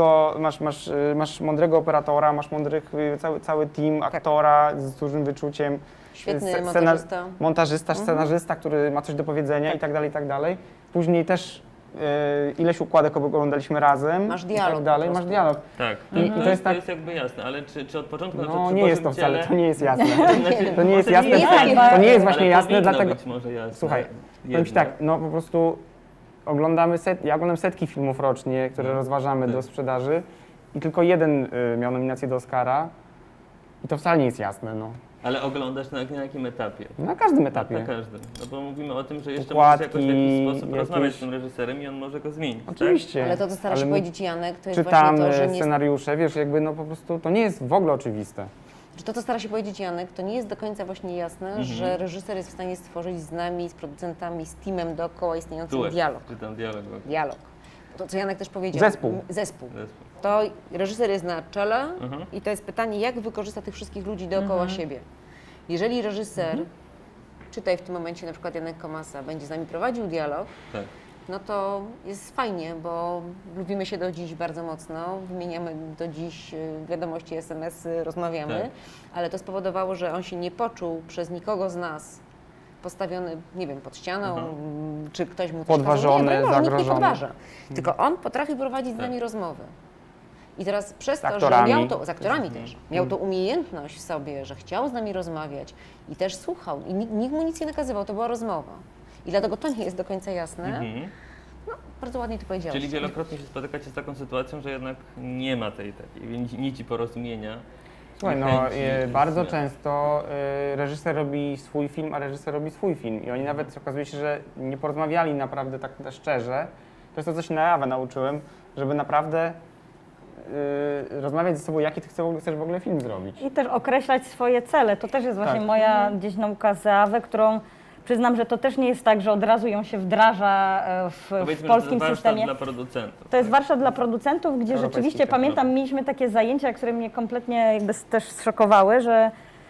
mądrego operatora, masz cały team aktora z dużym wyczuciem, Świetny montażysta. montażysta, scenarzysta, który ma coś do powiedzenia i tak dalej. Później też ileś układek oglądaliśmy razem. Masz dialog I tak dalej, po masz prostu. dialog. Tak. To jest to tak- jest jakby jasne, ale czy od początku No przy nie jest to Bożym wcale, Ciele- to nie jest jasne. Znaczy, To nie jest może jasne, jest takie to nie jest ale właśnie jasne, powinno dlatego... być może jasne. Słuchaj, powiem Ci tak, no po prostu ja oglądam setki filmów rocznie, które rozważamy do sprzedaży i tylko jeden miał nominację do Oscara i to wcale nie jest jasne, no. Ale oglądasz na jakim etapie? Na każdym Na etapie. każdym. No bo mówimy o tym, że jeszcze Układki, możesz jakoś w jakiś sposób jakieś- rozmawiać z tym reżyserem i on może go zmienić. Oczywiście. Ale to, co stara się my powiedzieć Janek, to jest właśnie czytamy to, że nie scenariusze, wiesz, jakby no po prostu to nie jest w ogóle oczywiste. Że to, co stara się powiedzieć Janek, to nie jest do końca właśnie jasne, że reżyser jest w stanie stworzyć z nami, z producentami, z teamem dookoła istniejący Duet, dialog. czy tam dialog. Dialog. To, co Janek też powiedział. Zespół. Zespół. Zespół. To reżyser jest na czele i to jest pytanie, jak wykorzysta tych wszystkich ludzi dookoła siebie. Jeżeli reżyser, czytaj w tym momencie na przykład Janek Komasa, będzie z nami prowadził dialog, Tak. no to jest fajnie, bo lubimy się do dziś bardzo mocno, wymieniamy do dziś wiadomości, SMS-y, rozmawiamy, Tak. ale to spowodowało, że on się nie poczuł przez nikogo z nas postawiony, nie wiem, pod ścianą, czy ktoś mu coś Podważony, kazał. Nie, nikt nie zagrożony. podważa, tylko on potrafi prowadzić z nami rozmowy. I teraz przez to, że aktorami. miał to, z aktorami też, miał to umiejętność w sobie, że chciał z nami rozmawiać i też słuchał i nikt mu nic nie nakazywał, to była rozmowa. I dlatego to nie jest do końca jasne. Bardzo ładnie to powiedziałeś. Czyli wielokrotnie się spotykacie z taką sytuacją, że jednak nie ma tej takiej nici porozumienia. Słuchaj, i no chęci bardzo zmian. często reżyser robi swój film, a reżyser robi swój film i oni nawet okazuje się, że nie porozmawiali naprawdę tak szczerze. To jest to, co się na Jawę nauczyłem, żeby naprawdę rozmawiać ze sobą, jaki ty chcesz w ogóle film zrobić. I też określać swoje cele. To też jest właśnie Tak. moja gdzieś nauka z EAWE, którą przyznam, że to też nie jest tak, że od razu ją się wdraża w Powiedzmy, polskim że to jest systemie. warsztat dla producentów. To jest warsztat dla producentów, gdzie Europejski rzeczywiście tak pamiętam, mieliśmy takie zajęcia, które mnie kompletnie jakby też zszokowały, że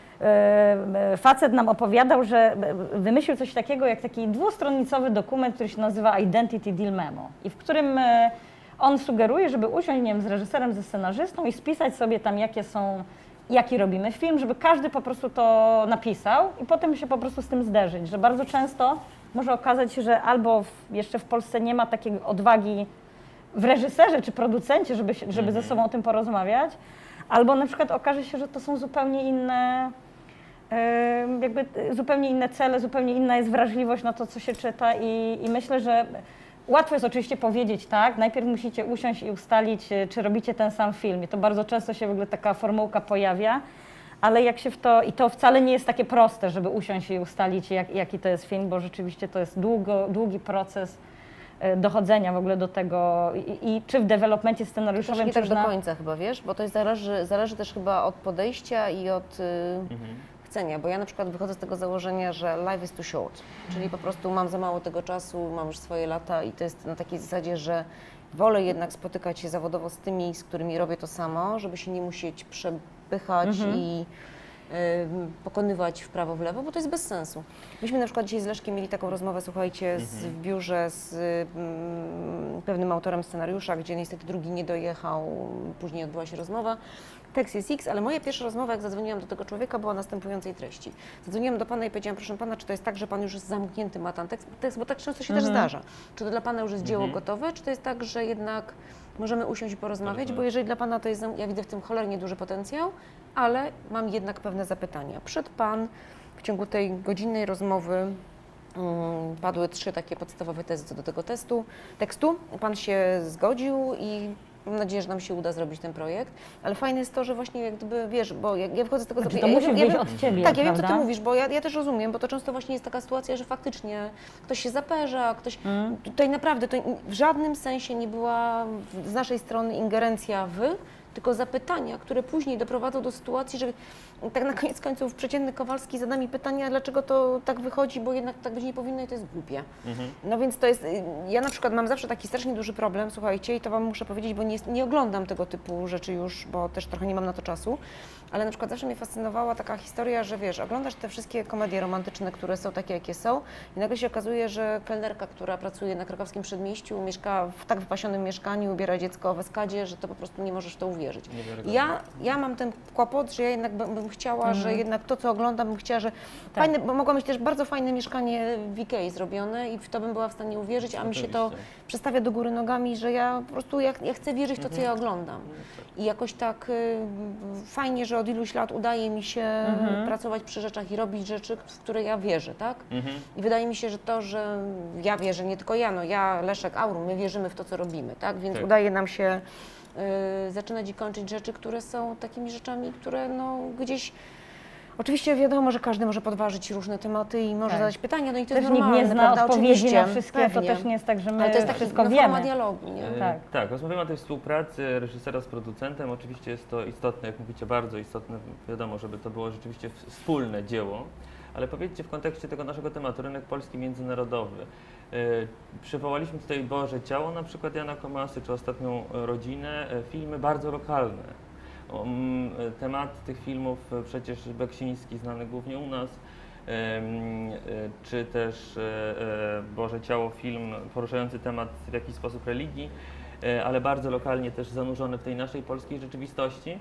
facet nam opowiadał, że wymyślił coś takiego jak taki dwustronnicowy dokument, który się nazywa Identity Deal Memo i w którym on sugeruje, żeby usiąść, nie wiem, z reżyserem, ze scenarzystą i spisać sobie tam, jaki robimy film, żeby każdy po prostu to napisał i potem się po prostu z tym zderzyć, że bardzo często może okazać się, że albo jeszcze w Polsce nie ma takiej odwagi w reżyserze czy producencie, żeby ze sobą o tym porozmawiać, albo na przykład okaże się, że to są zupełnie inne zupełnie inne cele, zupełnie inna jest wrażliwość na to, co się czyta i myślę, że łatwo jest oczywiście powiedzieć, tak, najpierw musicie usiąść i ustalić, czy robicie ten sam film i to bardzo często się w ogóle taka formułka pojawia, ale jak się i to wcale nie jest takie proste, żeby usiąść i ustalić, jaki to jest film, bo rzeczywiście to jest długi proces dochodzenia w ogóle do tego i czy w developmencie scenariuszowym, nie czy tak do końca chyba, wiesz, bo to jest zależy też chyba od podejścia i od chcenia, bo ja na przykład wychodzę z tego założenia, że life is too short, czyli po prostu mam za mało tego czasu, mam już swoje lata i to jest na takiej zasadzie, że wolę jednak spotykać się zawodowo z tymi, z którymi robię to samo, żeby się nie musieć przepychać i pokonywać w prawo, w lewo, bo to jest bez sensu. Myśmy na przykład dzisiaj z Leszkiem mieli taką rozmowę, słuchajcie, w biurze z pewnym autorem scenariusza, gdzie niestety drugi nie dojechał, później odbyła się rozmowa. Tekst jest X, ale moja pierwsza rozmowa, jak zadzwoniłam do tego człowieka, była następującej treści. Zadzwoniłam do pana i powiedziałam, proszę pana, czy to jest tak, że pan już jest zamknięty, ma ten tekst, bo tak często się też zdarza. Czy to dla pana już jest dzieło gotowe, czy to jest tak, że jednak możemy usiąść i porozmawiać, bo jeżeli dla pana to jest, ja widzę w tym cholernie duży potencjał, ale mam jednak pewne zapytania. Przyszedł pan w ciągu tej godzinnej rozmowy Padły 3 takie podstawowe tezy co do tego tekstu. Pan się zgodził i mam nadzieję, że nam się uda zrobić ten projekt. Ale fajne jest to, że właśnie jak gdyby, wiesz, bo ja wychodzę z tego... Znaczy, to musi wyjść od Ciebie, tak, ja wiem, co Ty prawda? mówisz, bo ja też rozumiem, bo to często właśnie jest taka sytuacja, że faktycznie ktoś się zaperza, ktoś... Tutaj naprawdę to w żadnym sensie nie była z naszej strony ingerencja tylko zapytania, które później doprowadzą do sytuacji, że tak na koniec końców przeciętny Kowalski zada mi pytania, dlaczego to tak wychodzi, bo jednak tak być nie powinno i to jest głupie. No więc to jest, ja na przykład mam zawsze taki strasznie duży problem, słuchajcie, i to Wam muszę powiedzieć, bo nie oglądam tego typu rzeczy już, bo też trochę nie mam na to czasu, ale na przykład zawsze mnie fascynowała taka historia, że wiesz, oglądasz te wszystkie komedie romantyczne, które są takie, jakie są i nagle się okazuje, że kelnerka, która pracuje na krakowskim przedmieściu, mieszka w tak wypasionym mieszkaniu, ubiera dziecko w eskadzie, że to po prostu nie możesz w to uwierzyć. Ja mam ten kłopot, że ja jednak bym chciała, że jednak to, co oglądam, bym chciała, że fajne, bo mogło mieć też bardzo fajne mieszkanie w Ikei zrobione i w to bym była w stanie uwierzyć, a mi się to przestawia do góry nogami, że ja po prostu ja chcę wierzyć w to, co ja oglądam. I jakoś tak fajnie, że od iluś lat udaje mi się pracować przy rzeczach i robić rzeczy, w które ja wierzę, tak? I wydaje mi się, że to, że ja wierzę, nie tylko ja, no ja, Leszek, Aurum, my wierzymy w to, co robimy, tak? Więc udaje nam się zaczynać i kończyć rzeczy, które są takimi rzeczami, które no gdzieś... Oczywiście wiadomo, że każdy może podważyć różne tematy i może zadać pytania, no i to też jest normalne, nikt nie zna prawda? odpowiedzi Oczywiście, na wszystkie, to też nie jest tak, że my ale to jest taki wszystko forma wiemy. dialogu, nie? Tak, rozmawiamy o tej współpracy reżysera z producentem. Oczywiście jest to istotne, jak mówicie, bardzo istotne. Wiadomo, żeby to było rzeczywiście wspólne dzieło. Ale powiedzcie w kontekście tego naszego tematu, rynek polski międzynarodowy. Przywołaliśmy tutaj Boże Ciało, na przykład Jana Komasy, czy Ostatnią Rodzinę, filmy bardzo lokalne. Temat tych filmów przecież Beksiński, znany głównie u nas, czy też Boże Ciało, film poruszający temat w jakiś sposób religii, ale bardzo lokalnie też zanurzony w tej naszej polskiej rzeczywistości.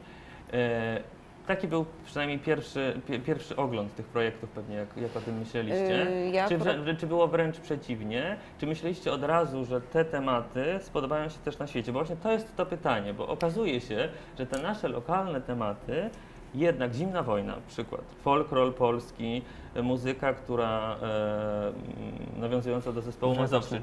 Taki był przynajmniej pierwszy ogląd tych projektów, pewnie jak o tym myśleliście. Czy było wręcz przeciwnie? Czy myśleliście od razu, że te tematy spodobają się też na świecie? Bo właśnie to jest to pytanie, bo okazuje się, że te nasze lokalne tematy, jednak Zimna Wojna, przykład, folk roll polski, muzyka, która nawiązująca do zespołu Mazowszy,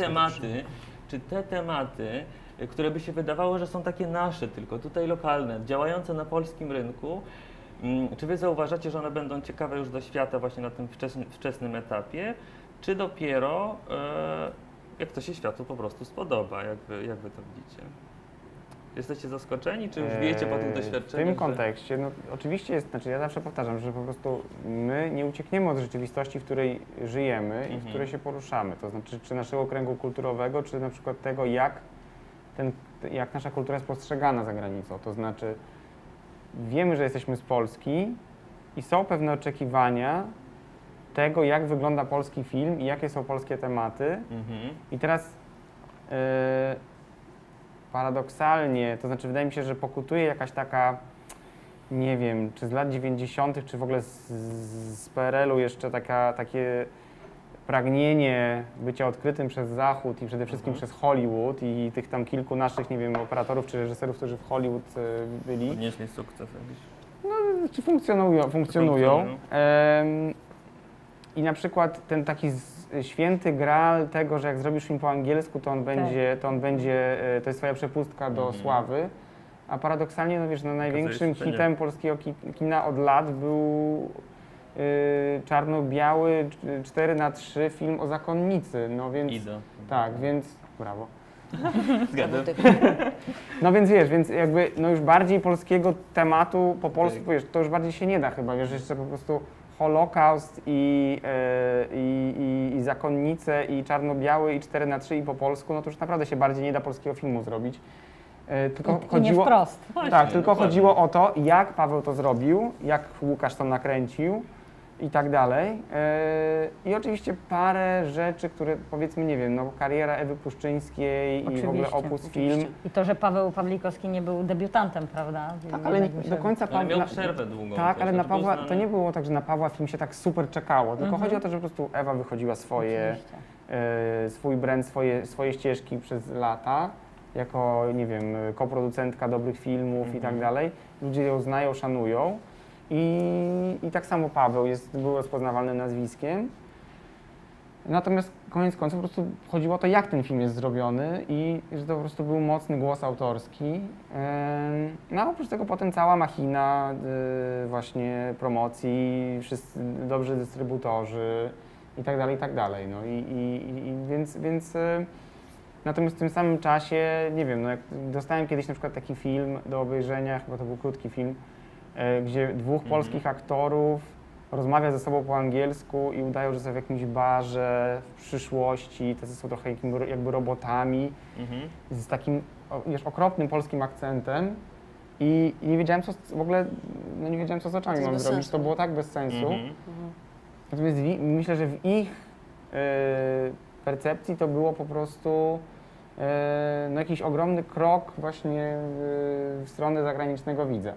czy te tematy, które by się wydawało, że są takie nasze tylko, tutaj lokalne, działające na polskim rynku, czy Wy zauważacie, że one będą ciekawe już do świata właśnie na tym wczesnym etapie, czy dopiero jak to się światu po prostu spodoba, jak wy to widzicie? Jesteście zaskoczeni, czy już wiecie po tych doświadczeniach? W tym kontekście, no oczywiście jest, znaczy ja zawsze powtarzam, że po prostu my nie uciekniemy od rzeczywistości, w której żyjemy i w której się poruszamy, to znaczy czy naszego kręgu kulturowego, czy na przykład tego, jak nasza kultura jest postrzegana za granicą. To znaczy, wiemy, że jesteśmy z Polski i są pewne oczekiwania tego, jak wygląda polski film i jakie są polskie tematy. I teraz paradoksalnie, to znaczy wydaje mi się, że pokutuje jakaś taka, nie wiem, czy z lat 90., czy w ogóle z PRL-u jeszcze takie pragnienie bycia odkrytym przez Zachód i przede wszystkim przez Hollywood i tych tam kilku naszych, nie wiem, operatorów czy reżyserów, którzy w Hollywood byli. Odnieśli sukces jakiś. No, czy funkcjonują. I na przykład ten taki święty graal tego, że jak zrobisz film po angielsku, to to jest twoja przepustka do sławy. A paradoksalnie, no wiesz, no, największym hitem polskiego kina od lat był czarno-biały 4:3 film o zakonnicy, no więc... Tak, więc... Brawo. Zgadzam. No więc wiesz, więc jakby no już bardziej polskiego tematu po polsku, wiesz, to już bardziej się nie da chyba, wiesz, jeszcze po prostu Holokaust i zakonnice i czarno-biały i 4:3 i po polsku, no to już naprawdę się bardziej nie da polskiego filmu zrobić. Tylko chodziło, nie wprost. Tak, tylko chodziło o to, jak Paweł to zrobił, jak Łukasz to nakręcił i tak dalej. I oczywiście parę rzeczy, które powiedzmy, nie wiem, no kariera Ewy Puszczyńskiej i w ogóle Opus Film. I to, że Paweł Pawlikowski nie był debiutantem, prawda? Tak, ale do końca Paweł miał przerwę długą. Tak, ale na Pawła, to nie było tak, że na Pawła film się tak super czekało, tylko chodzi o to, że po prostu Ewa wychodziła swój brand, swoje ścieżki przez lata. Jako, nie wiem, koproducentka dobrych filmów i tak dalej. Ludzie ją znają, szanują i tak samo Paweł był rozpoznawalnym nazwiskiem. Natomiast koniec końców po prostu chodziło o to, jak ten film jest zrobiony i że to po prostu był mocny głos autorski. No a oprócz tego potem cała machina właśnie promocji, wszyscy dobrzy dystrybutorzy i tak dalej, i tak dalej. No więc natomiast w tym samym czasie, nie wiem, no jak dostałem kiedyś na przykład taki film do obejrzenia, chyba to był krótki film, gdzie dwóch polskich aktorów rozmawia ze sobą po angielsku i udają, że są w jakimś barze w przyszłości, tacy są trochę jakby robotami, z takim, wiesz, okropnym polskim akcentem i nie wiedziałem, co w ogóle, no nie wiedziałem, co z oczami mam zrobić, to było tak bez sensu. Natomiast myślę, że w ich percepcji to było po prostu no, jakiś ogromny krok właśnie w stronę zagranicznego widza.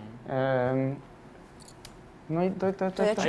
No i to Ja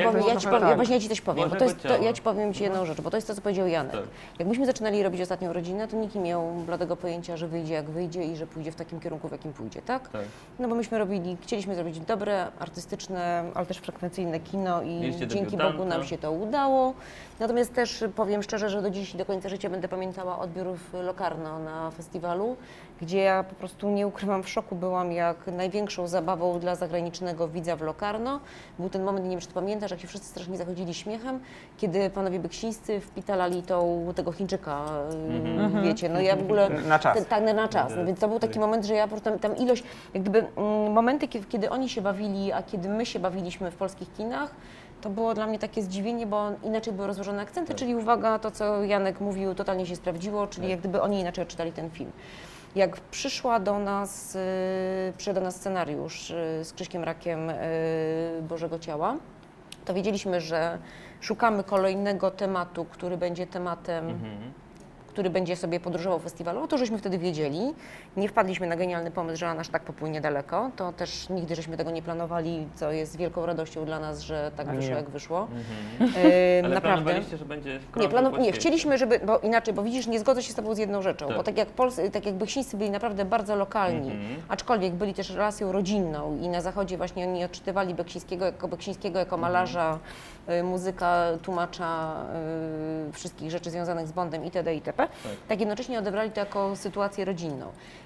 ci też powiem, bo ja ci powiem ci jedną rzecz, bo to jest to, co powiedział Janek. Tak. Jak myśmy zaczynali robić Ostatnią Rodzinę, to nikt nie miał bladego pojęcia, że wyjdzie jak wyjdzie i że pójdzie w takim kierunku, w jakim pójdzie, tak? Tak. No bo myśmy chcieliśmy zrobić dobre, artystyczne, ale też frekwencyjne kino i Mieliście dzięki debiutanta. Bogu nam się to udało. Natomiast też powiem szczerze, że do dziś i do końca życia będę pamiętała odbiór w Locarno na festiwalu, gdzie ja po prostu nie ukrywam, w szoku byłam, jak największą zabawą dla zagranicznego widza w Locarno był ten moment, nie wiem, czy to pamiętasz, jak się wszyscy strasznie zachodzili śmiechem, kiedy panowie beksińscy wpitalali tego Chińczyka, wiecie, no ja w ogóle... Na czas. Tak, na czas. No, więc to był taki moment, że ja po prostu tam ilość, jak gdyby momenty, kiedy oni się bawili, a kiedy my się bawiliśmy w polskich kinach, to było dla mnie takie zdziwienie, bo inaczej były rozłożone akcenty, czyli uwaga, to co Janek mówił, totalnie się sprawdziło, czyli jak gdyby oni inaczej odczytali ten film. Jak przyszedł do nas scenariusz z Krzyśkiem Rakiem Bożego Ciała, to wiedzieliśmy, że szukamy kolejnego tematu, który będzie tematem, który będzie sobie podróżował festiwalowo, to żeśmy wtedy wiedzieli. Nie wpadliśmy na genialny pomysł, że on aż tak popłynie daleko. To też nigdy żeśmy tego nie planowali, co jest wielką radością dla nas, że tak wyszło, jak wyszło. Ale naprawdę. planowaliście, że będzie w krążku Nie, chcieliśmy, żeby, bo inaczej, bo widzisz, nie zgodzę się z Tobą z jedną rzeczą, Tak. bo tak jak Beksińscy byli naprawdę bardzo lokalni, aczkolwiek byli też relacją rodzinną i na zachodzie właśnie oni odczytywali Beksińskiego jako malarza, muzyka, tłumacza wszystkich rzeczy związanych z Bondem itd. itp. Tak jednocześnie odebrali to jako sytuację rodzinną.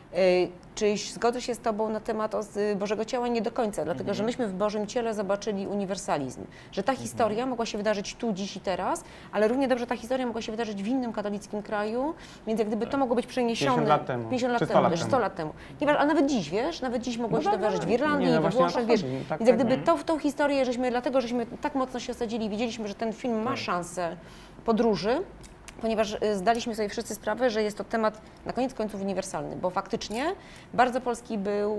Czyś zgodzę się z Tobą na temat Bożego Ciała? Nie do końca, dlatego że myśmy w Bożym Ciele zobaczyli uniwersalizm, że ta historia mogła się wydarzyć tu, dziś i teraz, ale równie dobrze ta historia mogła się wydarzyć w innym katolickim kraju, więc jak gdyby to mogło być przeniesione 50 lat temu, 50 lat czy 100 temu, lat wiesz, temu. 100 lat temu. Nie, ale nawet dziś, wiesz, nawet dziś mogło się to wydarzyć w Irlandii, nie, no we właśnie o to Włoszech, wiesz, chodzi. Tak, więc jak tak. gdyby tą historię, dlatego żeśmy tak mocno się osadzili, wiedzieliśmy, że ten film ma szansę podróży, ponieważ zdaliśmy sobie wszyscy sprawę, że jest to temat na koniec końców uniwersalny, bo faktycznie bardzo polski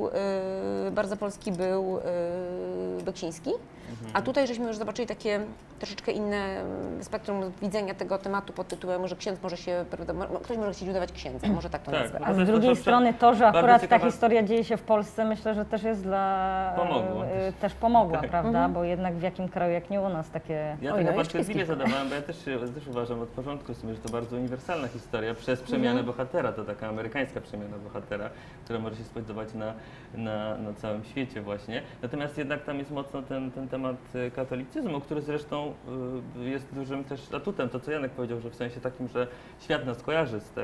był Beksiński, a tutaj żeśmy już zobaczyli takie troszeczkę inne spektrum widzenia tego tematu pod tytułem, że ksiądz może się, ktoś może chcieć udawać księdza, może tak to Tak. nazwę. A z drugiej strony to, że bardzo akurat ta ciekawa- historia dzieje się w Polsce, myślę, że też jest Pomogło. też pomogła, prawda? Bo jednak w jakim kraju, jak nie u nas, takie... Ja Oj, tego no, bardzo jest chwilę zadawałem, bo ja też uważam od początku w sumie, że to bardzo uniwersalna historia przez przemianę bohatera, to taka amerykańska przemiana bohatera, która może się spodobać na całym świecie właśnie. Natomiast jednak tam jest mocno ten temat katolicyzmu, który zresztą jest dużym też atutem, to co Janek powiedział, że w sensie takim, że świat nas kojarzy z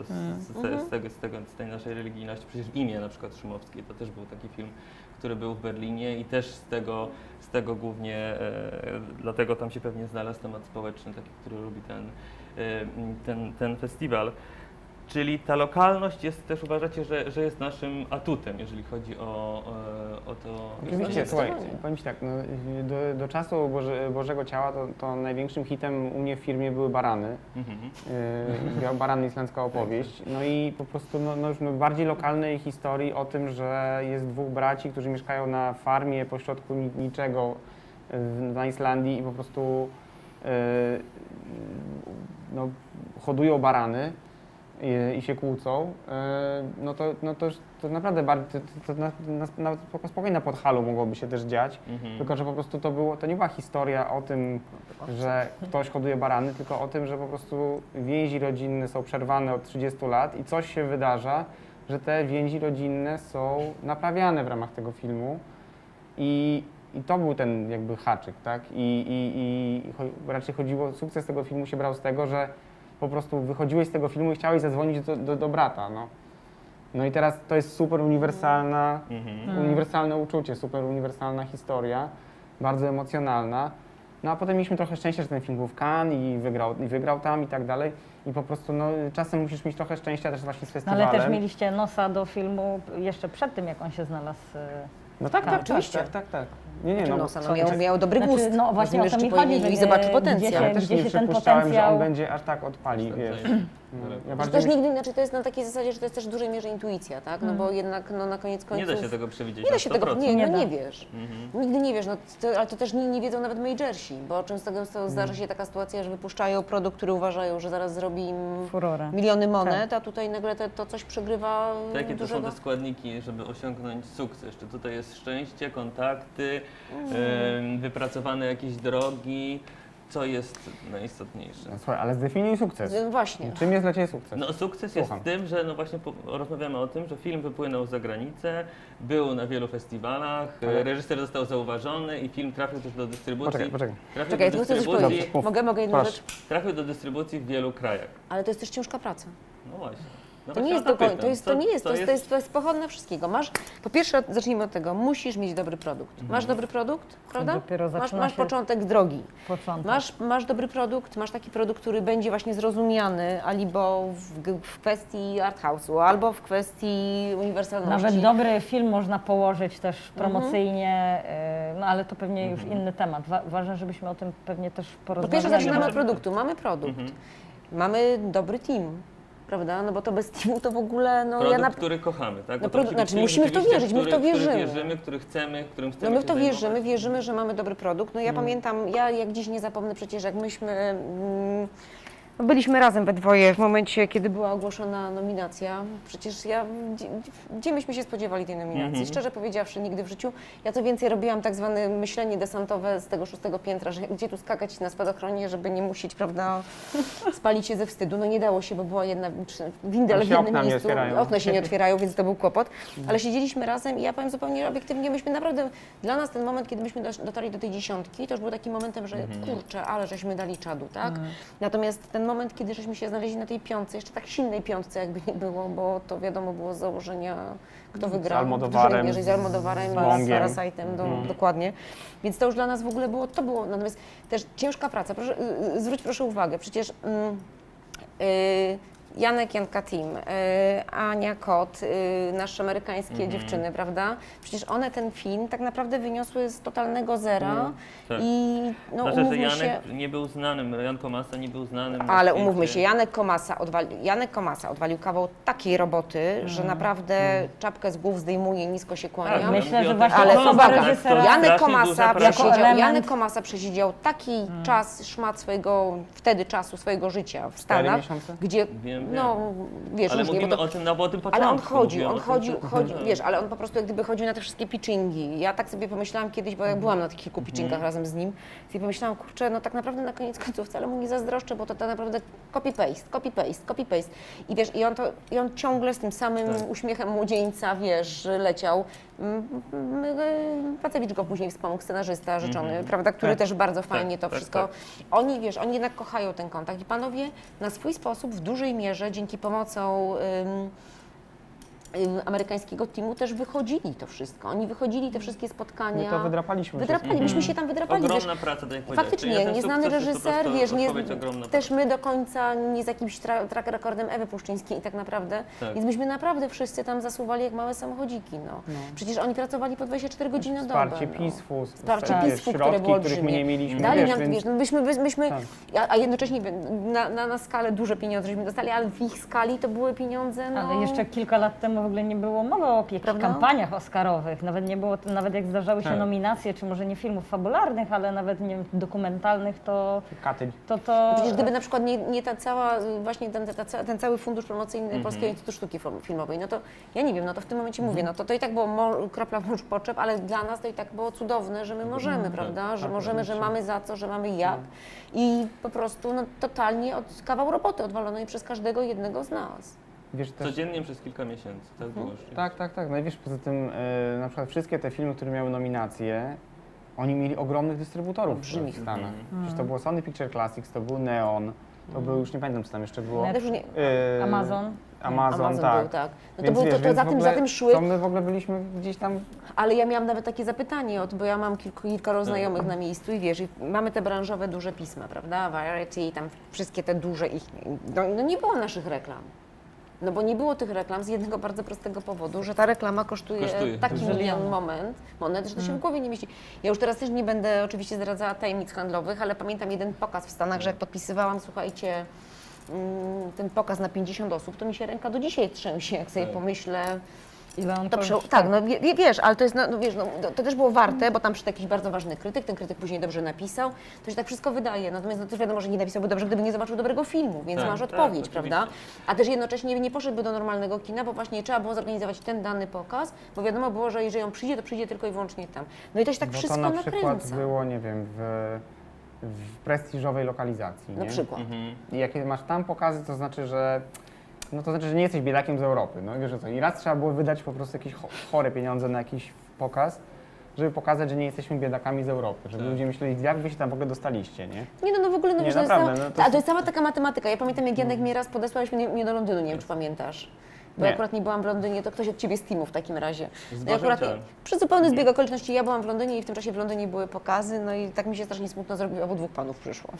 tej naszej religijności. Przecież Imię na przykład Szumowskiej, to też był taki film, który był w Berlinie i też z tego głównie, dlatego tam się pewnie znalazł temat społeczny, taki, który lubi ten festiwal. Czyli ta lokalność jest też, uważacie, że jest naszym atutem, jeżeli chodzi o to. Oczywiście, słuchaj, powiem Ci tak, no, do czasu Bożego Ciała to największym hitem u mnie w firmie były Barany. Barany, islandzka opowieść. No i po prostu już bardziej lokalnej historii o tym, że jest dwóch braci, którzy mieszkają na farmie pośrodku niczego na Islandii i po prostu hodują barany i się kłócą, to naprawdę bardzo, spokojnie na Podhalu mogłoby się też dziać, tylko że po prostu to nie była historia o tym, że ktoś hoduje barany, tylko o tym, że po prostu więzi rodzinne są przerwane od 30 lat i coś się wydarza, że te więzi rodzinne są naprawiane w ramach tego filmu i I to był ten jakby haczyk, tak? Raczej chodziło, sukces tego filmu się brał z tego, że po prostu wychodziłeś z tego filmu i chciałeś zadzwonić do brata, no. No i teraz to jest super uniwersalne uczucie, super uniwersalna historia, bardzo emocjonalna. No a potem mieliśmy trochę szczęścia, że ten film był w Cannes i wygrał tam i tak dalej. I po prostu no, czasem musisz mieć trochę szczęścia też właśnie z No, festiwalem. ale też mieliście nosa do filmu jeszcze przed tym, jak on się znalazł. No tak, oczywiście. tak. Nie, no, Nosa, no miał dobry gust. Znaczy, no właśnie o to mi chodzi, i zobaczył potencjał. ja też gdzie nie się ten przypuszczałem, że potencjał- on będzie aż tak odpali, wiesz. Ja To bardziej też nigdy, znaczy to jest na takiej zasadzie, że to jest też w dużej mierze intuicja, tak? No bo jednak no, na koniec Nie końców... da się tego przewidzieć Nie na da się tego, 100%. nie, Nie no da. nie wiesz. Nigdy nie wiesz, no, ale to też nie wiedzą nawet majorsi, bo często zdarza się taka sytuacja, że wypuszczają produkt, który uważają, że zaraz zrobi im Furorę. miliony monet, a tutaj nagle to coś przegrywa To jakie to są dużego... te składniki, żeby osiągnąć sukces? Czy tutaj jest szczęście, kontakty, wypracowane jakieś drogi? Co jest najistotniejsze? No, słuchaj, ale zdefiniuj sukces. Właśnie. Czym jest dla Ciebie sukces? No sukces Słucham. jest w tym, że no właśnie rozmawiamy o tym, że film wypłynął za granicę, był na wielu festiwalach, Ale- reżyser został zauważony i film trafił też do dystrybucji. Poczekaj. Trafił Czekaj, do tylko chcę coś dystrybucji, powiedzieć. Mów. Mogę jedną Proszę. rzecz? trafił do dystrybucji w wielu krajach. Ale to jest też ciężka praca. No właśnie. No To właśnie nie jest o to do końca, pytam. to jest pochodne wszystkiego. Masz, po pierwsze, zacznijmy od tego, musisz mieć dobry produkt. Masz dobry produkt, prawda? Dopiero zaczyna Masz się początek drogi. początek. Masz dobry produkt, masz taki produkt, który będzie właśnie zrozumiany albo w kwestii art house'u, albo w kwestii uniwersalności. Nawet dobry film można położyć też promocyjnie, no ale to pewnie już inny temat. Ważne, żebyśmy o tym pewnie też Po porozmawiali. pierwsze zaczynamy od Możemy- produktu, mamy produkt, mamy dobry team, prawda? No bo to bez teamu to w ogóle, no Produkt, który kochamy, tak? No Bo to musi być znaczy, film musimy w to rzeczywiście, wierzyć, my w to który wierzymy. wierzymy, który chcemy, którym chcemy No my w się to zajmować. wierzymy, że mamy dobry produkt. No ja pamiętam, ja jak dziś nie zapomnę przecież, jak myśmy byliśmy razem we dwoje w momencie, kiedy była ogłoszona nominacja. Przecież gdzie myśmy się spodziewali tej nominacji? Szczerze powiedziawszy, nigdy w życiu. Ja co więcej robiłam tak zwane myślenie desantowe z tego 6. piętra, że gdzie tu skakać na spadochronie, żeby nie musieć, prawda, spalić się ze wstydu. No nie dało się, bo była jedna winda, ale w się jednym okna nie miejscu. otwierają. Okna się nie otwierają, więc to był kłopot. Ale siedzieliśmy razem i ja powiem zupełnie obiektywnie, myśmy naprawdę, dla nas ten moment, kiedy myśmy dotarli do tej 10, to już był takim momentem, że kurczę, ale żeśmy dali czadu, tak? Natomiast ten moment, kiedy żeśmy się znaleźli na tej 5, jeszcze tak silnej 5 jakby nie było, bo to wiadomo było z założenia, kto wygrał. Almodovarem, W dużej mierze z Almodovarem, z z Wongiem. Parasite'em, dokładnie. Więc to już dla nas w ogóle było, to było, natomiast też ciężka praca. Proszę, zwróć proszę uwagę, przecież Janek, Janka Team, Ania Kot, nasze amerykańskie dziewczyny, prawda? Przecież one ten film tak naprawdę wyniosły z totalnego zera tak. i no Znaczy, że umówmy Janek się, nie był znanym, Jan Komasa nie był znanym. na ale świecie. umówmy się, Janek Komasa odwalił kawał takiej roboty, że naprawdę czapkę z głów zdejmuje, nisko się kłania. Tak, Myślę, mówię że o tym, właśnie Ale osoba uwaga, reżysera- Janek strasznie duża praca. element- Komasa przesiedział taki czas, szmat swojego, wtedy czasu swojego życia w 4 Stanach, miesiące? gdzie, Wiem. no wiesz, Ale różnie, mówimy bo to, o tym, no, bo o tym początku. ale on chodził, mówię o tym, wiesz, ale on po prostu jak gdyby chodził na te wszystkie pitchingi. Ja tak sobie pomyślałam kiedyś, bo jak byłam na tych kilku pitchingach razem z nim, sobie pomyślałam, kurczę, no tak naprawdę na koniec końców wcale mu nie zazdroszczę, bo to tak naprawdę copy-paste. I wiesz, i on ciągle z tym samym uśmiechem młodzieńca, wiesz, leciał. Pacewicz go później wspomógł, scenarzysta życzony, prawda, który też bardzo fajnie to tak, wszystko... tak. Oni, wiesz, oni jednak kochają ten kontakt i panowie na swój sposób w dużej mierze dzięki pomocą amerykańskiego teamu też wychodzili to wszystko. Oni wychodzili te wszystkie spotkania. My to wydrapaliśmy. Myśmy się tam wydrapali. Ogromna Wiesz, praca, tak jak powiedziałeś. faktycznie, Czyli ten nieznany sukces jest po reżyser, prostu wiesz, odpowiedź ogromna też praca. my do końca nie z jakimś track recordem Ewy Puszczyńskiej tak naprawdę, Tak. więc myśmy naprawdę wszyscy tam zasuwali jak małe samochodziki. No. Przecież oni pracowali po 24 godziny na dobę. Wsparcie no. PISF-u, Wsparcie wiesz, PISF-u, które środki, było których my olbrzymie. nie mieliśmy. Dali wiesz, nam, więc- wiesz, no myśmy Tak. a jednocześnie na skalę duże pieniądze żeśmy dostali, ale w ich skali to były pieniądze, no... Ale jeszcze kilka lat temu w ogóle nie było mowy o jakichś Prawda? kampaniach oscarowych. Nawet nie było, nawet jak zdarzały się Tak. nominacje, czy może nie filmów fabularnych, ale nawet nie wiem, dokumentalnych, to... Katyń. Przecież gdyby na przykład nie ta cała, właśnie ten cały fundusz promocyjny Polskiego Instytutu Sztuki Filmowej, no to ja nie wiem, no to w tym momencie mówię, no to i tak było kropla w morzu potrzeb, ale dla nas to i tak było cudowne, że my możemy, prawda, że tak, możemy, że oczywiście. mamy za co, że mamy jak i po prostu no, totalnie kawał roboty odwalonej przez każdego jednego z nas. Wiesz, też, Codziennie przez kilka miesięcy, tak było. tak. No i wiesz, poza tym na przykład wszystkie te filmy, które miały nominacje, oni mieli ogromnych dystrybutorów Olbrzymich. w Stanach. Przecież to było Sony Picture Classics, to był Neon, to był, już nie pamiętam, co tam jeszcze było. Net- Też już nie, Amazon. Amazon, tak. był, tak. No to, Więc był, wiesz, to więc za w tym, ogóle, za tym szły, To my w ogóle byliśmy gdzieś tam. ale ja miałam nawet takie zapytanie, bo ja mam kilkoro znajomych na miejscu i wiesz, i mamy te branżowe duże pisma, prawda, Variety i tam wszystkie te duże ich, no nie było naszych reklam. No bo nie było tych reklam z jednego bardzo prostego powodu, że ta reklama kosztuje taki milion monet, że to się w głowie nie mieści. Ja już teraz też nie będę oczywiście zdradzała tajemnic handlowych, ale pamiętam jeden pokaz w Stanach, że jak podpisywałam, słuchajcie, ten pokaz na 50 osób, to mi się ręka do dzisiaj trzęsie, jak sobie pomyślę. Ile on To tak, no wiesz, ale to jest, no wiesz, no, to też było warte, bo tam przyszedł jakiś bardzo ważny krytyk, ten krytyk później dobrze napisał, to się tak wszystko wydaje, natomiast no, też wiadomo, że nie napisałby dobrze, gdyby nie zobaczył dobrego filmu, więc Tak, masz tak, odpowiedź, oczywiście. prawda? A też jednocześnie nie poszedłby do normalnego kina, bo właśnie trzeba było zorganizować ten dany pokaz, bo wiadomo było, że jeżeli on przyjdzie, to przyjdzie tylko i wyłącznie tam. No i to się tak Bo wszystko to na przykład nakręca. było, nie wiem, w prestiżowej lokalizacji. Na Nie? przykład. I jak masz tam pokazy, to znaczy, że nie jesteś biedakiem z Europy. No i wiesz o co. I raz trzeba było wydać po prostu jakieś chore pieniądze na jakiś pokaz, żeby pokazać, że nie jesteśmy biedakami z Europy, żeby ludzie myśleli, jak wy się tam w ogóle dostaliście, nie? Nie, no w ogóle, no Nie, wiesz, to jest, naprawdę, cała, no to a to jest cała taka matematyka. Ja pamiętam, jak Janek mnie raz podesłałeś mnie do Londynu, nie wiem, czy pamiętasz. Bo ja Nie. akurat nie byłam w Londynie, to ktoś od Ciebie z teamu w takim razie. Z No i akurat Bożym przy zupełny zbieg okoliczności ja byłam w Londynie i w tym czasie w Londynie były pokazy, no i tak mi się strasznie smutno zrobiło, bo dwóch panów przyszło.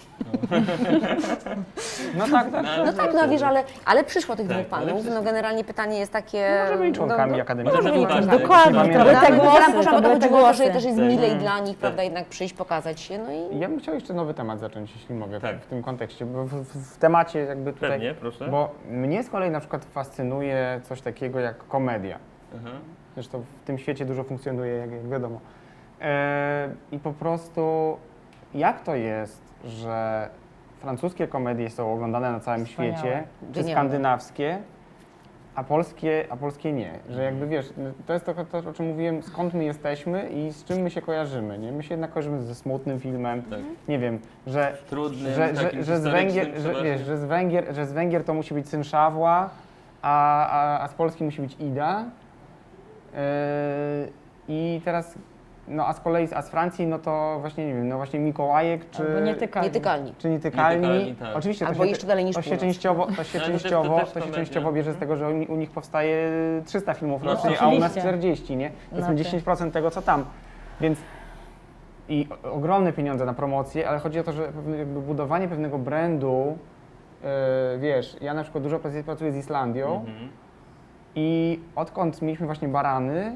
No tak, tak. No tak, no wiesz, ale przyszło tych Tak, dwóch ale panów, przyszło. no generalnie pytanie jest takie... Może byli członkami Akademii. Może byli Może członkami. Dokładnie, to Pamiętam. były te Prawda? głosy, Proszę, to bo były to te było, że głosy. też jest Tak. milej dla nich, prawda, jednak przyjść, pokazać się, no i... Ja bym chciał jeszcze nowy temat zacząć, jeśli mogę, Tak. w tym kontekście, bo w temacie jakby tutaj... Pewnie, proszę. Bo mnie z kolei na przykład fascynuje coś takiego jak komedia. Aha. Zresztą w tym świecie dużo funkcjonuje, jak wiadomo. I po prostu jak to jest, że francuskie komedie są oglądane na całym Wspaniałe. świecie, czy Genialne. skandynawskie, a polskie nie. Że jakby wiesz, to jest to, o czym mówiłem, skąd my jesteśmy i z czym my się kojarzymy, nie? My się jednak kojarzymy ze smutnym filmem, Tak. nie wiem, że Trudnym, takim że historycznym przeważnie. że z Węgier to musi być Syn Szawła, a z Polski musi być Ida. I teraz, no a z kolei z Francji, no to właśnie, nie wiem, no właśnie Mikołajek, czy Albo nietykalni. Nietykalni. czy Nietykalni. Nietykalni, tak. Oczywiście Albo jeszcze dalej niż to się północ. częściowo, Ale to też komedia. częściowo bierze z tego, że u nich powstaje 300 filmów No, rocznie, a u nas oczywiście. 40, nie? To jest No 10% tego, co tam. Więc i ogromne pieniądze na promocję, ale chodzi o to, że jakby budowanie pewnego brandu, wiesz, ja na przykład dużo pracuję z Islandią Mhm. i odkąd mieliśmy właśnie Barany,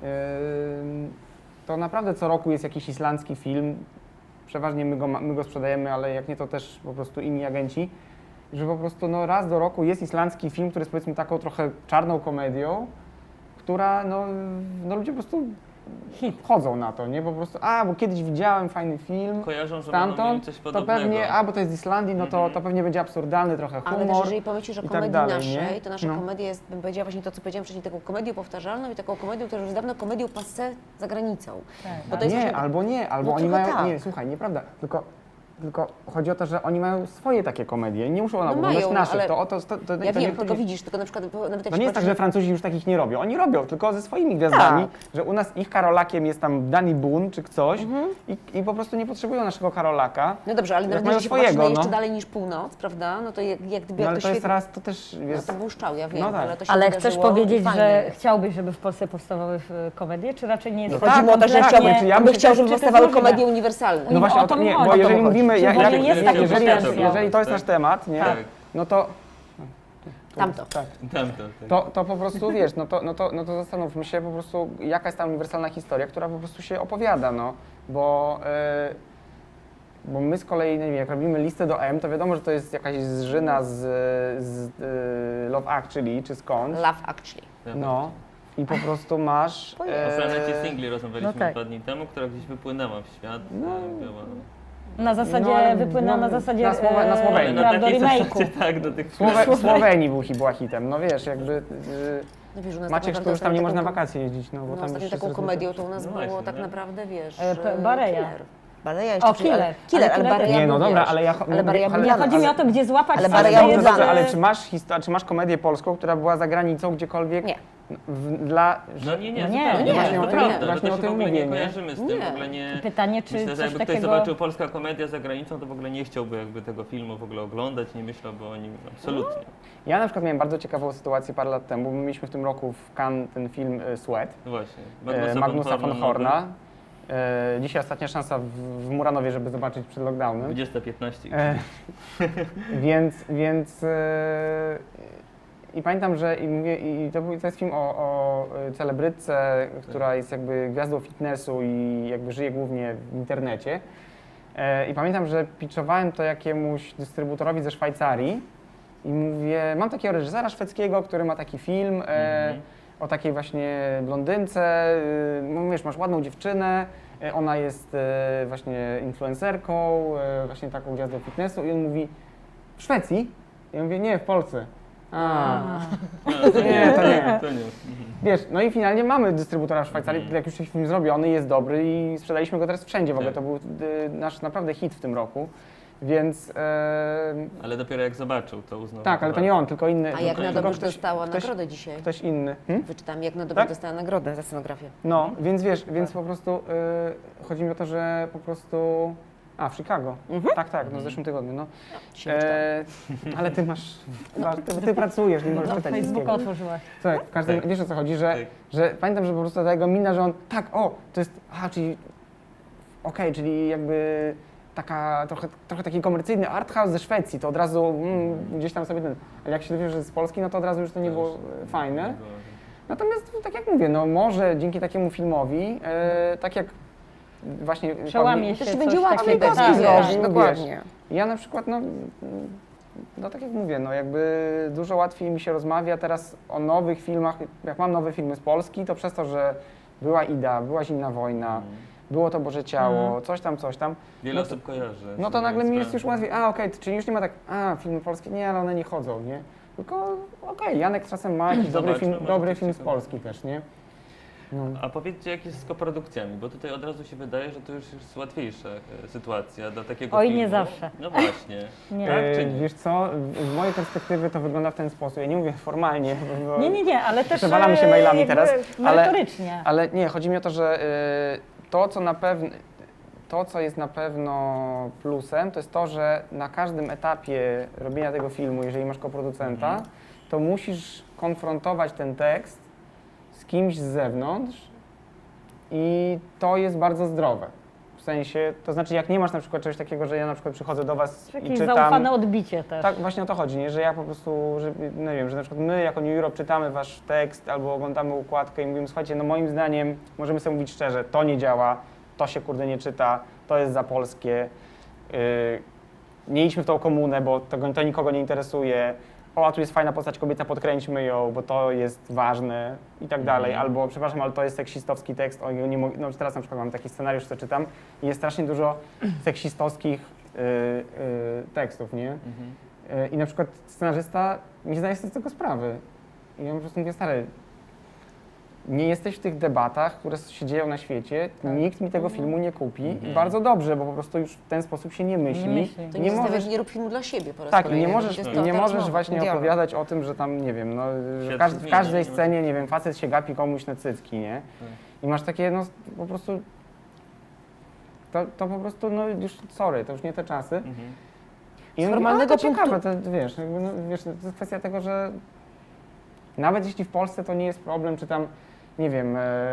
to naprawdę co roku jest jakiś islandzki film, przeważnie my go sprzedajemy, ale jak nie to też po prostu inni agenci, że po prostu no, raz do roku jest islandzki film, który jest powiedzmy taką trochę czarną komedią, która no ludzie po prostu chodzą na to, nie? Po prostu, bo kiedyś widziałem fajny film Kojarzą, że będą mieli stamtąd, coś to podobnego. pewnie, bo to jest z Islandii, no to pewnie będzie absurdalny trochę humor. Ale też jeżeli powiecie, o i tak komedii dalej, naszej, nie? to nasza No. komedia jest, bym powiedziała właśnie to, co powiedziałam wcześniej, taką komedią powtarzalną i taką komedią, która już jest dawno komedią passé za granicą. Tak. Bo to jest Nie, właśnie- albo No oni trochę mają, tak. nie, słuchaj, nieprawda, tylko chodzi o to, że oni mają swoje takie komedie, nie muszą oglądać mają, naszych, ale- to Ja nie wiem, chodzi. tylko widzisz, tylko na przykład nawet jak To się nie jest tak, patrzy- że Francuzi już takich nie robią. Oni robią, tylko ze swoimi gwiazdami, Tak. że u nas ich Karolakiem jest tam Danny Boone czy ktoś i po prostu nie potrzebują naszego Karolaka. No dobrze, ale nawet mają jeżeli się patrzy na swojego, jeszcze no. dalej niż północ, prawda, no to jak gdyby No jak ale to jest świetnie... teraz, to też No jest... to był szczał, ja wiem, No tak. ale to się Ale wydarzyło chcesz powiedzieć, i fajnie że jest. chciałbyś, żeby w Polsce powstawały komedie, czy raczej nie jest No to Chodzi mu o to, że kompletnie- chciałbym, czy ja ja bym bym się chciał, też- żeby czy to powstawały jest możliwe? komedie uniwersalne. No właśnie, o to mi nie, chodzi. bo O to jeżeli chodzi. mówimy, Czy jak, to nie jak, jest taki potencjał? jeżeli to jest nasz temat, nie? Tak. No to... Tamto. Tak. Tak. To po prostu, wiesz, no to zastanówmy się po prostu, jaka jest ta uniwersalna historia, która po prostu się opowiada, no, bo my z kolei, nie wiem, jak robimy listę do M, to wiadomo, że to jest jakaś zżyna z Love Actually, czy skądś, Love Actually. no, i po prostu masz... O Planecie Singli rozmawialiśmy no tak. 2 dni temu, która gdzieś wypłynęła w świat. Była... Na zasadzie No, ale wypłynęła no, na zasadzie na Słowenii. Na prawda, takiej remake'u. zasadzie, tak, do tych W Słowenii była hitem, no wiesz, jakby... No wiesz, u nas Maciek, tak to już tam nie można na taką- wakacje jeździć, no bo No tam ostatnio już taką wszyscy komedią to u nas No było właśnie, tak nie? naprawdę, wiesz... Bareja. Killer. Bareja jeszcze, O, Killer. Killer, ale Ale Bareja Nie, no był, dobra, wiesz, ale ja... ale Bareja był Nie, dla nas. chodzi mi o to, gdzie złapać Ale co Bareja to był jest, dla nas. ale czy masz komedię polską, która była za granicą gdziekolwiek? Nie. Dla... No nie, No zupełnie. nie, Właśnie no to nie, prawda, właśnie że o to się tym w ogóle mówię, nie nie? kojarzymy z tym, Nie. w ogóle nie... Pytanie, czy Myślę, że coś jakby ktoś takiego... zobaczył polska komedia za granicą, to w ogóle nie chciałby jakby tego filmu w ogóle oglądać, nie myślałby o nim absolutnie. Ja na przykład miałem bardzo ciekawą sytuację parę lat temu, bo my mieliśmy w tym roku w Cannes ten film Sweat No właśnie. Magnusa von nowy, Horna. Dzisiaj ostatnia szansa w Muranowie, żeby zobaczyć przed lockdownem. 20:15. Więc i pamiętam, że to jest film o celebrytce, która jest jakby gwiazdą fitnessu i jakby żyje głównie w internecie. I pamiętam, że pitchowałem to jakiemuś dystrybuutorowi ze Szwajcarii i mówię, mam takiego reżysera szwedzkiego, który ma taki film o takiej właśnie blondynce, wiesz, masz ładną dziewczynę, ona jest właśnie influencerką, właśnie taką gwiazdą fitnessu i on mówi, w Szwecji? Ja mówię, nie, w Polsce. To nie, to nie. To nie. Wiesz, no i finalnie mamy dystrybutora w Szwajcarii, jak już jest film zrobiony, jest dobry i sprzedaliśmy go teraz wszędzie. W ogóle to był nasz naprawdę hit w tym roku, więc... Ale dopiero jak zobaczył, to uznał. tak, ale to nie on, tylko inny. A jak tylko na dobroć ktoś- dostała ktoś- nagrodę dzisiaj. Ktoś inny. Wyczytałam, jak na dobroć Tak? dostała nagrodę za scenografię. No, więc wiesz, więc po prostu chodzi mi o to, że po prostu... w Chicago. Tak, no w zeszłym tygodniu, no. Ale ty masz... Ty pracujesz, nie możesz No, czytać Facebooka wszystkiego. otworzyłaś. Słuchaj, w każdym, Tak. wiesz o co chodzi, Tak. że pamiętam, że po prostu ta jego mina, że on, to jest, czyli, czyli jakby taka, trochę taki komercyjny art house ze Szwecji, to od razu gdzieś tam sobie ten, ale jak się dowiesz, że z Polski, no to od razu już to nie było fajne. Natomiast, tak jak mówię, no może dzięki takiemu filmowi, tak jak właśnie... Przełamie się To się coś będzie łatwiej takiego. Pawlikowski Tak, zrobił, tak. dokładnie. Ja na przykład, no tak jak mówię, no jakby dużo łatwiej mi się rozmawia teraz o nowych filmach. Jak mam nowe filmy z Polski, to przez to, że była Ida, była Zimna Wojna, było to Boże Ciało, coś tam. Wiele no to- osób kojarzy. No to nagle mi jest już łatwiej, czyli już nie ma tak, filmy polskie, nie, ale one nie chodzą, nie? Tylko Janek czasem ma jakiś Zobaczmy, może dobry coś film z ciekawego. Polski też, nie? No. A powiedzcie, jak jest z koprodukcjami, bo tutaj od razu się wydaje, że to już jest łatwiejsza sytuacja dla takiego Oj, filmu. nie zawsze. No właśnie. Nie. Tak czy nie? Wiesz co, z mojej perspektywy to wygląda w ten sposób, ja nie mówię formalnie, bo Nie, ale też Przewalamy się mailami jakby teraz, merytorycznie. ale nie, chodzi mi o to, że to, co jest na pewno plusem, to jest to, że na każdym etapie robienia tego filmu, jeżeli masz koproducenta, to musisz konfrontować ten tekst z kimś z zewnątrz i to jest bardzo zdrowe. W sensie, to znaczy jak nie masz na przykład czegoś takiego, że ja na przykład przychodzę do was i Jakieś czytam... zaufane odbicie też. Tak, właśnie o to chodzi, nie? Że ja po prostu, że, no wiem, że na przykład my jako New Europe czytamy wasz tekst albo oglądamy układkę i mówimy, słuchajcie, no moim zdaniem, możemy sobie mówić szczerze, to nie działa, to się kurde nie czyta, to jest za polskie, nie idźmy w tą komunę, bo to nikogo nie interesuje, a tu jest fajna postać kobieca, podkręćmy ją, bo to jest ważne i tak dalej, albo przepraszam, ale to jest seksistowski tekst, no teraz na przykład mam taki scenariusz, co czytam i jest strasznie dużo seksistowskich tekstów, nie? I na przykład scenarzysta nie zdaje sobie z tego sprawy. I ja po prostu mówię, stary, nie jesteś w tych debatach, które się dzieją na świecie, nikt mi tego filmu nie kupi i bardzo dobrze, bo po prostu już w ten sposób się nie myśli. Nie myśli. To nie możesz... nie rób filmu dla siebie po raz Tak, i kolejny. nie możesz, To jest i nie ta możesz rozmowa, właśnie dialog. opowiadać o tym, że tam, nie wiem, no, że Świat w zmienia, każdej nie? scenie, nie wiem, facet się gapi komuś na cycki, nie? I masz takie, no po prostu, to po prostu, no już, sorry, to już nie te czasy. I Z on formalnego mówi, to punktu- ciekawe, to wiesz, jakby, no, wiesz, to jest kwestia tego, że nawet jeśli w Polsce to nie jest problem, czy tam, nie wiem,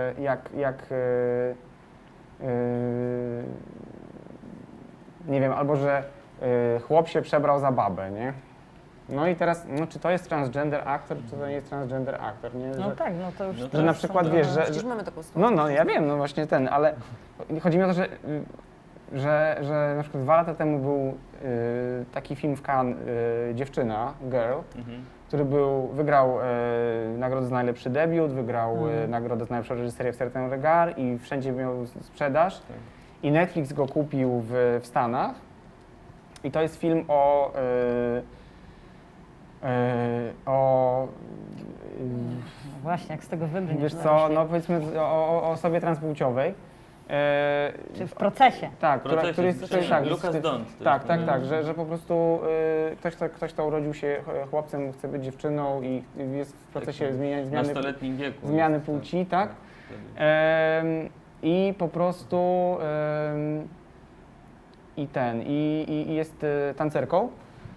nie wiem, albo że chłop się przebrał za babę, nie? No i teraz, no czy to jest transgender aktor, czy to nie jest transgender aktor, nie? No tak, no to już... No to Że na już są przykład, trochę- wiesz, że... Przecież mamy taką sytuację. No, ja wiem, no właśnie ale chodzi mi o to, że na przykład 2 lata temu był taki film w Cannes, Dziewczyna, Girl, który wygrał nagrodę za najlepszy debiut, wygrał nagrodę za najlepszą reżyserię w Certain Regard i wszędzie miał sprzedaż. I Netflix go kupił w Stanach. I to jest film Właśnie, jak z tego wybrnąć. wiesz co, no powiedzmy o osobie transpłciowej. Czy w procesie? Tak, Procesie, który jest procesie. tak, Lucas Dont. tak, że po prostu ktoś, kto urodził się chłopcem, chce być dziewczyną i jest w procesie zmiany nastoletnim wieku. zmiany jest, płci, tak? wtedy. I po prostu i jest tancerką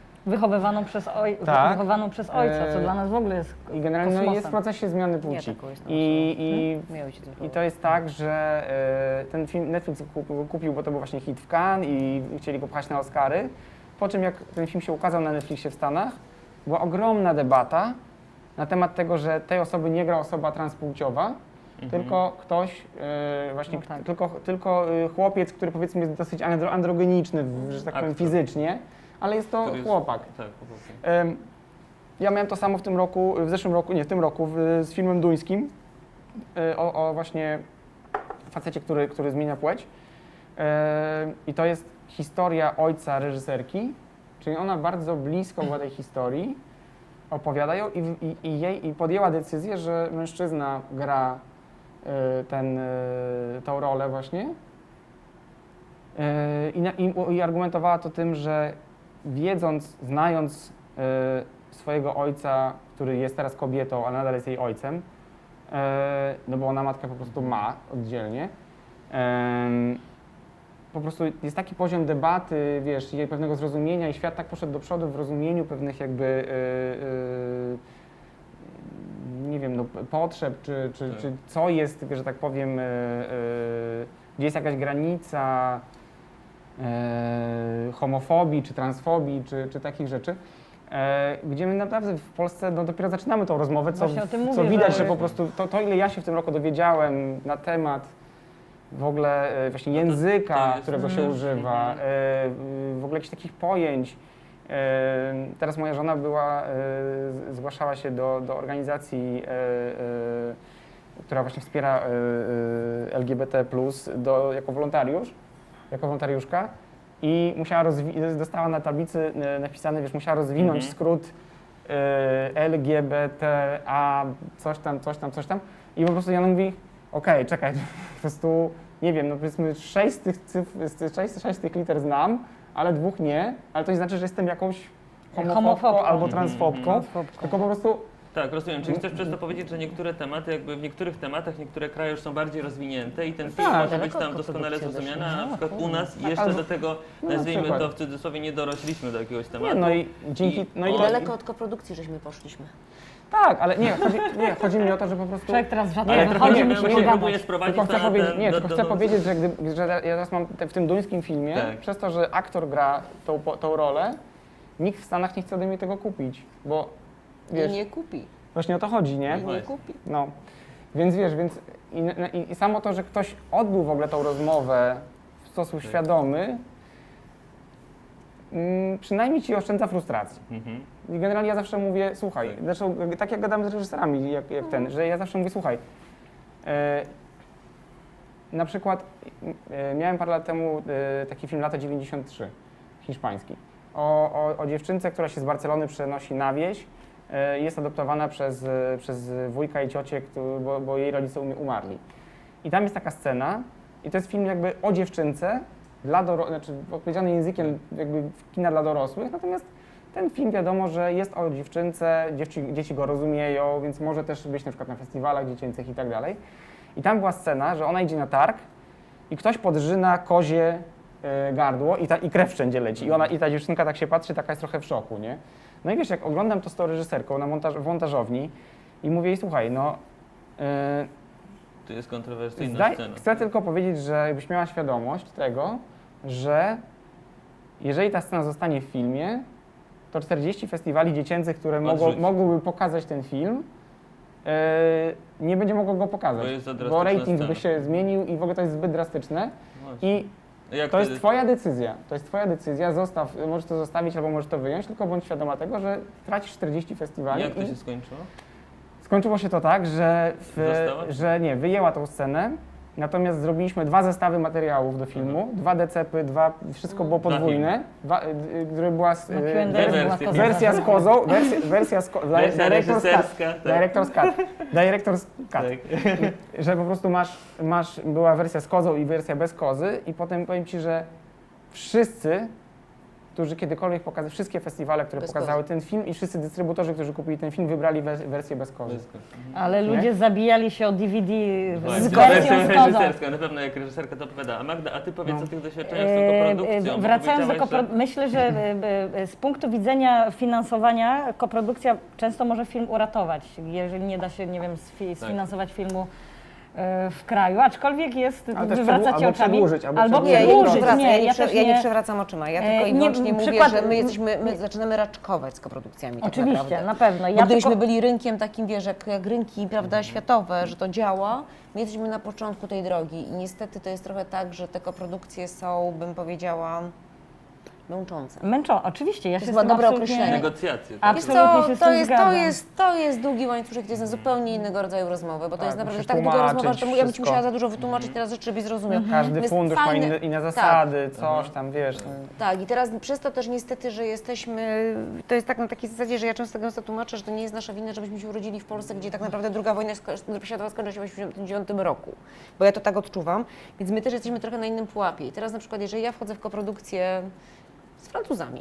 Tak. Wychowaną przez ojca, co dla nas w ogóle jest i generalnie kosmosem. jest w procesie zmiany Ja płci. taką jestem Miały ci I to jest tak, że ten film Netflix go kupił, bo to był właśnie hit w Cannes i chcieli go pchać na Oscary. Po czym jak ten film się ukazał na Netflixie w Stanach, była ogromna debata na temat tego, że tej osoby nie gra osoba transpłciowa, tylko ktoś, właśnie, No tak. tylko chłopiec, który powiedzmy jest dosyć androgeniczny, że tak powiem Aktor. fizycznie, ale jest to Który jest- chłopak. Tak, po prostu. Ja miałem to samo w zeszłym roku, nie w tym roku, z filmem duńskim o właśnie facecie, który zmienia płeć. I to jest historia ojca reżyserki, czyli ona bardzo blisko była tej historii, opowiada ją i podjęła decyzję, że mężczyzna gra tą rolę właśnie i argumentowała to tym, że znając swojego ojca, który jest teraz kobietą, ale nadal jest jej ojcem, no bo ona matkę po prostu ma oddzielnie, po prostu jest taki poziom debaty, wiesz, i pewnego zrozumienia i świat tak poszedł do przodu w rozumieniu pewnych jakby, nie wiem, no, potrzeb, czy co jest, że tak powiem, gdzie jest jakaś granica homofobii, czy transfobii, czy takich rzeczy, gdzie my naprawdę w Polsce no, dopiero zaczynamy tą rozmowę, Właśnie o tym co mówię, widać, że- że po prostu to, ile ja się w tym roku dowiedziałem na temat w ogóle właśnie języka, to jest- którego się używa, w ogóle jakichś takich pojęć. Teraz moja żona zgłaszała się do organizacji, która właśnie wspiera LGBT+, jako wolontariuszka i musiała dostała na tablicy napisane, wiesz, musiała rozwinąć skrót LGBTA, coś tam i po prostu Jana mówi, okej, czekaj, po prostu, nie wiem, no powiedzmy 6 z tych cyfr, 6 z tych liter znam, ale 2 nie, ale to nie znaczy, że jestem jakąś homofobką albo transfobką, tylko po prostu Tak, rozumiem. Czyli chcesz przez to powiedzieć, że niektóre tematy, jakby w niektórych tematach niektóre kraje już są bardziej rozwinięte i ten film Tak, może być daleko tam od doskonale koprodukcji zrozumiany, a na odeszliśmy. przykład u nas jeszcze albo- do tego, no, na nazwijmy przykład. to w cudzysłowie, nie dorośliśmy do jakiegoś tematu. nie, no i dzięki, no i o- Daleko od koprodukcji żeśmy poszliśmy. tak, ale chodzi mi o to, że po prostu Człowiek teraz Ale żadnego trochę wychodzi, nie, musi właśnie pogadać. próbuję sprowadzić tylko chcę to na powiedzieć, ten, nie, do- tylko do- chcę do- powiedzieć, że ja teraz mam w tym duńskim filmie, Tak. przez to, że aktor gra tą rolę, nikt w Stanach nie chce ode mnie tego kupić, bo wiesz, I nie kupi. właśnie o to chodzi, nie? I nie kupi. No, więc wiesz, i samo to, że ktoś odbył w ogóle tą rozmowę w sposób świadomy, przynajmniej ci oszczędza frustracji. Mhm. I generalnie ja zawsze mówię, słuchaj, Tak. zresztą tak jak gadamy z reżyserami, jak ten, że ja zawsze mówię, słuchaj, na przykład miałem parę lat temu taki film Lata 93, hiszpański, o dziewczynce, która się z Barcelony przenosi na wieś, jest adoptowana przez wujka i ciocię, bo jej rodzice umarli. I tam jest taka scena, i to jest film jakby o dziewczynce, znaczy odpowiedziany językiem jakby kina dla dorosłych, natomiast ten film wiadomo, że jest o dziewczynce, dzieci go rozumieją, więc może też być na przykład na festiwalach dziecięcych i tak dalej. I tam była scena, że ona idzie na targ i ktoś podrzyna kozie gardło i krew wszędzie leci. I ta dziewczynka tak się patrzy, taka jest trochę w szoku, nie? No i wiesz, jak oglądam to z tą reżyserką w montażowni i mówię jej, słuchaj, no To jest kontrowersyjna scena. chcę tylko powiedzieć, żebyś miała świadomość tego, że jeżeli ta scena zostanie w filmie, to 40 festiwali dziecięcych, które Odrzuci. mogłyby pokazać ten film, nie będzie mogło go pokazać, Bo jest za bo drastyczna rating by scena. się zmienił i w ogóle to jest zbyt drastyczne. Właśnie. I Jak to jest wtedy- twoja decyzja, możesz to zostawić albo możesz to wyjąć, tylko bądź świadoma tego, że tracisz 40 festiwali. Jak to i się skończyło? skończyło się to tak, Została? że nie, wyjęła tą scenę Natomiast zrobiliśmy 2 zestawy materiałów do filmu, 2 decepy, wszystko było podwójne, które była wersja z kozą, Wersja reżyserska. Director's Cut. Że po prostu była wersja z kozą i wersja bez kozy i potem powiem Ci, że wszyscy, którzy kiedykolwiek pokazali, wszystkie festiwale, które pokazały ten film i wszyscy dystrybutorzy, którzy kupili ten film, wybrali wersję bez kozy. Ale ludzie zabijali się o DVD z Wersja wersją z kozą. reżyserska, na pewno jak reżyserka to opowiada. A Magda, a Ty powiedz o tych doświadczeniach z tą koprodukcją. Wracając do myślę, że z punktu widzenia finansowania koprodukcja często może film uratować, jeżeli nie da się, nie wiem, sfinansować filmu w kraju, aczkolwiek jest, wywracacie albo oczami, przedłużyć, Ja nie przewracam oczyma, ja tylko i wyłącznie mówię, że my zaczynamy raczkować z koprodukcjami. Oczywiście, tak na pewno. Bo gdybyśmy byli rynkiem takim, wiesz, jak rynki, prawda, światowe, że to działa, my jesteśmy na początku tej drogi i niestety to jest trochę tak, że te koprodukcje są, bym powiedziała, męczące. Oczywiście, ja To się jest z tym dobre absolutnie... określenie. Negocjacje. Tak? Absolutnie się z tym zgadzam. To jest długi łańcuszek, to jest na zupełnie innego rodzaju rozmowy, bo to jest naprawdę musisz tak długa rozmowa, że tłumaczyć ja bym ci wszystko. musiała za dużo wytłumaczyć teraz rzeczy, żebyś zrozumiał. Każdy fundusz ma inne zasady, coś tam, wiesz. Tak, i teraz przez to też niestety, że jesteśmy, to jest tak na takiej zasadzie, że ja często tłumaczę, że to nie jest nasza wina, żebyśmy się urodzili w Polsce, gdzie tak naprawdę II wojna światowa skończyła się w 1989 roku, bo ja to tak odczuwam, więc my też jesteśmy trochę na innym pułapie. I teraz na przykład, jeżeli ja wchodzę w koprodukcję z Francuzami,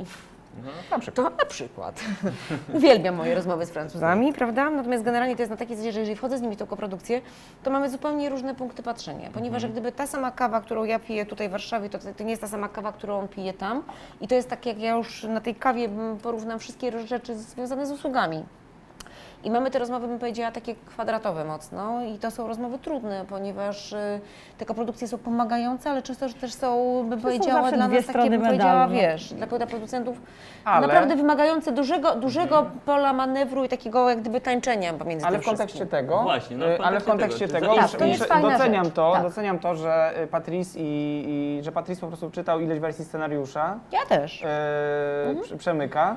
to na przykład uwielbiam moje rozmowy z Francuzami, prawda? Natomiast generalnie to jest na takiej zasadzie, że jeżeli wchodzę z nimi w tą koprodukcję, to mamy zupełnie różne punkty patrzenia, ponieważ jak gdyby ta sama kawa, którą ja piję tutaj w Warszawie, to nie jest ta sama kawa, którą on pije tam i to jest tak, jak ja już na tej kawie porównam wszystkie rzeczy związane z usługami. I mamy te rozmowy, bym powiedziała, takie kwadratowe mocno i to są rozmowy trudne, ponieważ te koprodukcje są pomagające, ale często też są, bym powiedziała, dla nas takie, bym powiedziała, wiesz, dla producentów naprawdę wymagające dużego pola manewru i takiego jak gdyby tańczenia pomiędzy Ale tym w kontekście tego, Właśnie, ale w kontekście tego, doceniam to, że Patrice że Patrice po prostu czytał ileś wersji scenariusza. Ja też. Przemyka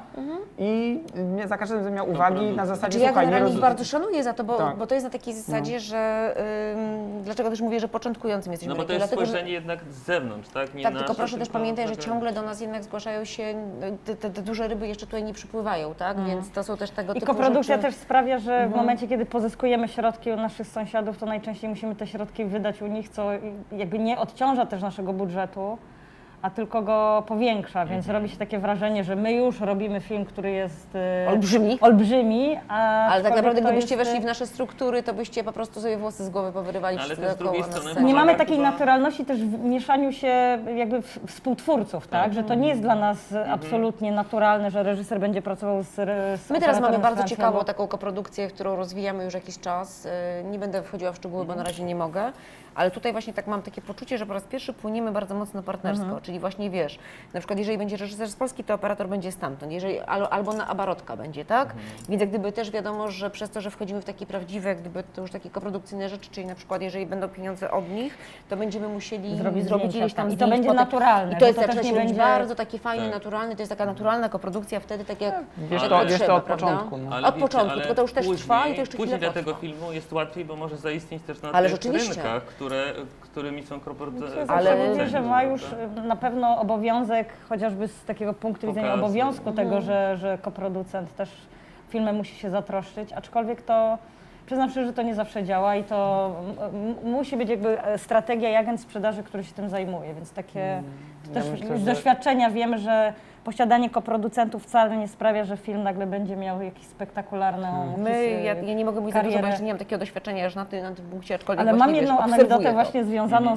i za każdym razem miał uwagi na zasadzie, ja generalnie ich bardzo szanuję za to, bo to jest na takiej zasadzie, że dlaczego też mówię, że początkującym jesteśmy. No bo to jest spojrzenie jednak z zewnątrz, tak? Nie tak, nasze, tylko proszę też pamiętać, że tak, ciągle do nas jednak zgłaszają się, te duże ryby jeszcze tutaj nie przypływają, tak? Więc to są też tego typu koprodukcja rzeczy. też sprawia, że w momencie, kiedy pozyskujemy środki u naszych sąsiadów, to najczęściej musimy te środki wydać u nich, co jakby nie odciąża też naszego budżetu, a tylko go powiększa, więc robi się takie wrażenie, że my już robimy film, który jest olbrzymi, ale tak naprawdę gdybyście weszli w nasze struktury, to byście po prostu sobie włosy z głowy powyrywali wszyscy dookoła na scenie. Nie mamy takiej naturalności też w mieszaniu się jakby współtwórców, tak? Że to nie jest dla nas absolutnie naturalne, że reżyser będzie pracował z My teraz mamy bardzo ciekawą taką koprodukcję, którą rozwijamy już jakiś czas. Nie będę wchodziła w szczegóły, bo na razie nie mogę. Ale tutaj właśnie tak mam takie poczucie, że po raz pierwszy płyniemy bardzo mocno partnersko, czyli właśnie wiesz, na przykład jeżeli będzie reżyser z Polski, to operator będzie stamtąd, albo na Abarotka będzie, tak? Więc jak gdyby też wiadomo, że przez to, że wchodzimy w takie prawdziwe, jak gdyby to już takie koprodukcyjne rzeczy, czyli na przykład jeżeli będą pieniądze od nich, to będziemy musieli zrobić gdzieś tam i to będzie naturalne. I to jest zaczyna się będzie bardzo takie fajnie naturalne, to jest taka naturalna koprodukcja wtedy, tak jak wiesz to od początku. Od początku, tylko to już też trwa i to jeszcze później chwilę dla tego potrwa. filmu jest łatwiej, bo może zaistnieć też na Ale tych rynkach, którymi są korporacje. Ale mówię, że ma już na pewno obowiązek, chociażby z takiego punktu widzenia obowiązku tego, że koproducent też filmem musi się zatroszczyć, aczkolwiek to przyznam szczerze, że to nie zawsze działa i to musi być jakby strategia i agent sprzedaży, który się tym zajmuje, więc takie też z doświadczenia wiemy, że posiadanie koproducentów wcale nie sprawia, że film nagle będzie miał jakiś spektakularną ja nie mogę mówić za dużo, bo jeszcze nie mam takiego doświadczenia aż na tym punkcie, aczkolwiek ale mam jedną anegdotę to. właśnie związaną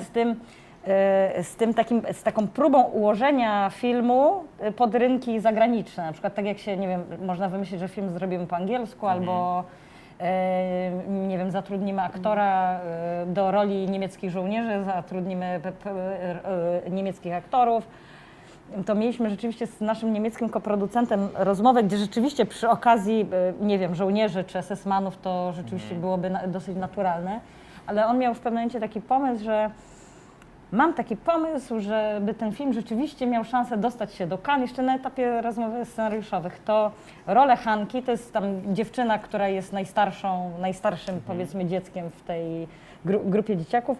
z taką próbą ułożenia filmu pod rynki zagraniczne. Na przykład tak jak się, nie wiem, można wymyślić, że film zrobimy po angielsku albo nie wiem, zatrudnimy aktora do roli niemieckich żołnierzy, zatrudnimy niemieckich aktorów. To mieliśmy rzeczywiście z naszym niemieckim koproducentem rozmowę, gdzie rzeczywiście przy okazji, nie wiem, żołnierzy czy SS-manów to rzeczywiście byłoby dosyć naturalne, ale on miał w pewnym momencie taki pomysł, że mam taki pomysł, żeby ten film rzeczywiście miał szansę dostać się do Cannes jeszcze na etapie rozmów scenariuszowych. To rolę Hanki, to jest tam dziewczyna, która jest najstarszym powiedzmy dzieckiem w tej grupie dzieciaków.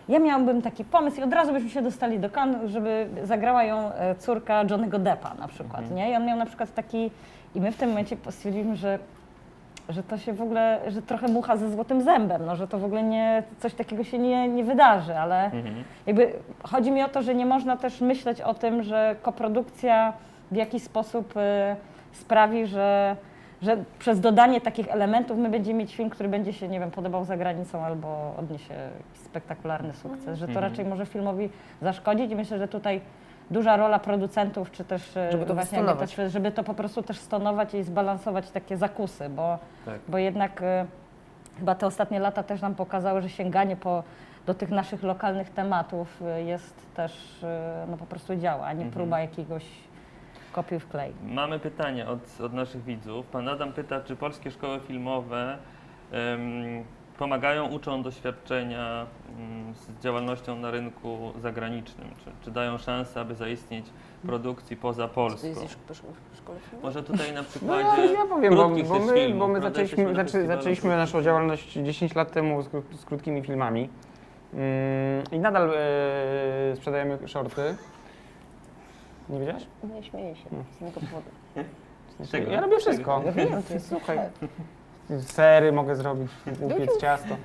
ja miałabym taki pomysł i od razu byśmy się dostali do Cannes, żeby zagrała ją córka Johnny'ego Deppa na przykład, nie? I on miał na przykład taki, i my w tym momencie stwierdziliśmy, że to się w ogóle, że trochę mucha ze złotym zębem, no, że to w ogóle nie, coś takiego się nie wydarzy, ale jakby chodzi mi o to, że nie można też myśleć o tym, że koprodukcja w jakiś sposób sprawi, że przez dodanie takich elementów my będziemy mieć film, który będzie się, nie wiem, podobał za granicą albo odniesie jakiś spektakularny sukces, że to raczej może filmowi zaszkodzić i myślę, że tutaj duża rola producentów, czy też Żeby to właśnie stonować. żeby to po prostu też stonować i zbalansować takie zakusy, Tak. bo jednak chyba te ostatnie lata też nam pokazały, że sięganie do tych naszych lokalnych tematów jest też, no po prostu działa, a nie próba jakiegoś kopiuj w klej. Mamy pytanie od naszych widzów. Pan Adam pyta, czy polskie szkoły filmowe pomagają, uczą doświadczenia z działalnością na rynku zagranicznym? Czy dają szansę, aby zaistnieć produkcji poza Ty Polską? jesteś w szkole filmowej? Może tutaj na No przykładzie ja powiem, krótkich bo też my, filmów, bo my prawda? Jesteśmy na festiwalu zaczęliśmy krótkich naszą filmów. działalność 10 lat temu z krótkimi filmami i nadal sprzedajemy shorty. Nie wiedziałeś? Nie śmieję się z innego powodu. Czego? Ja robię wszystko. Ja wiem, to jest Słuchaj, sery mogę zrobić, upiec ciasto.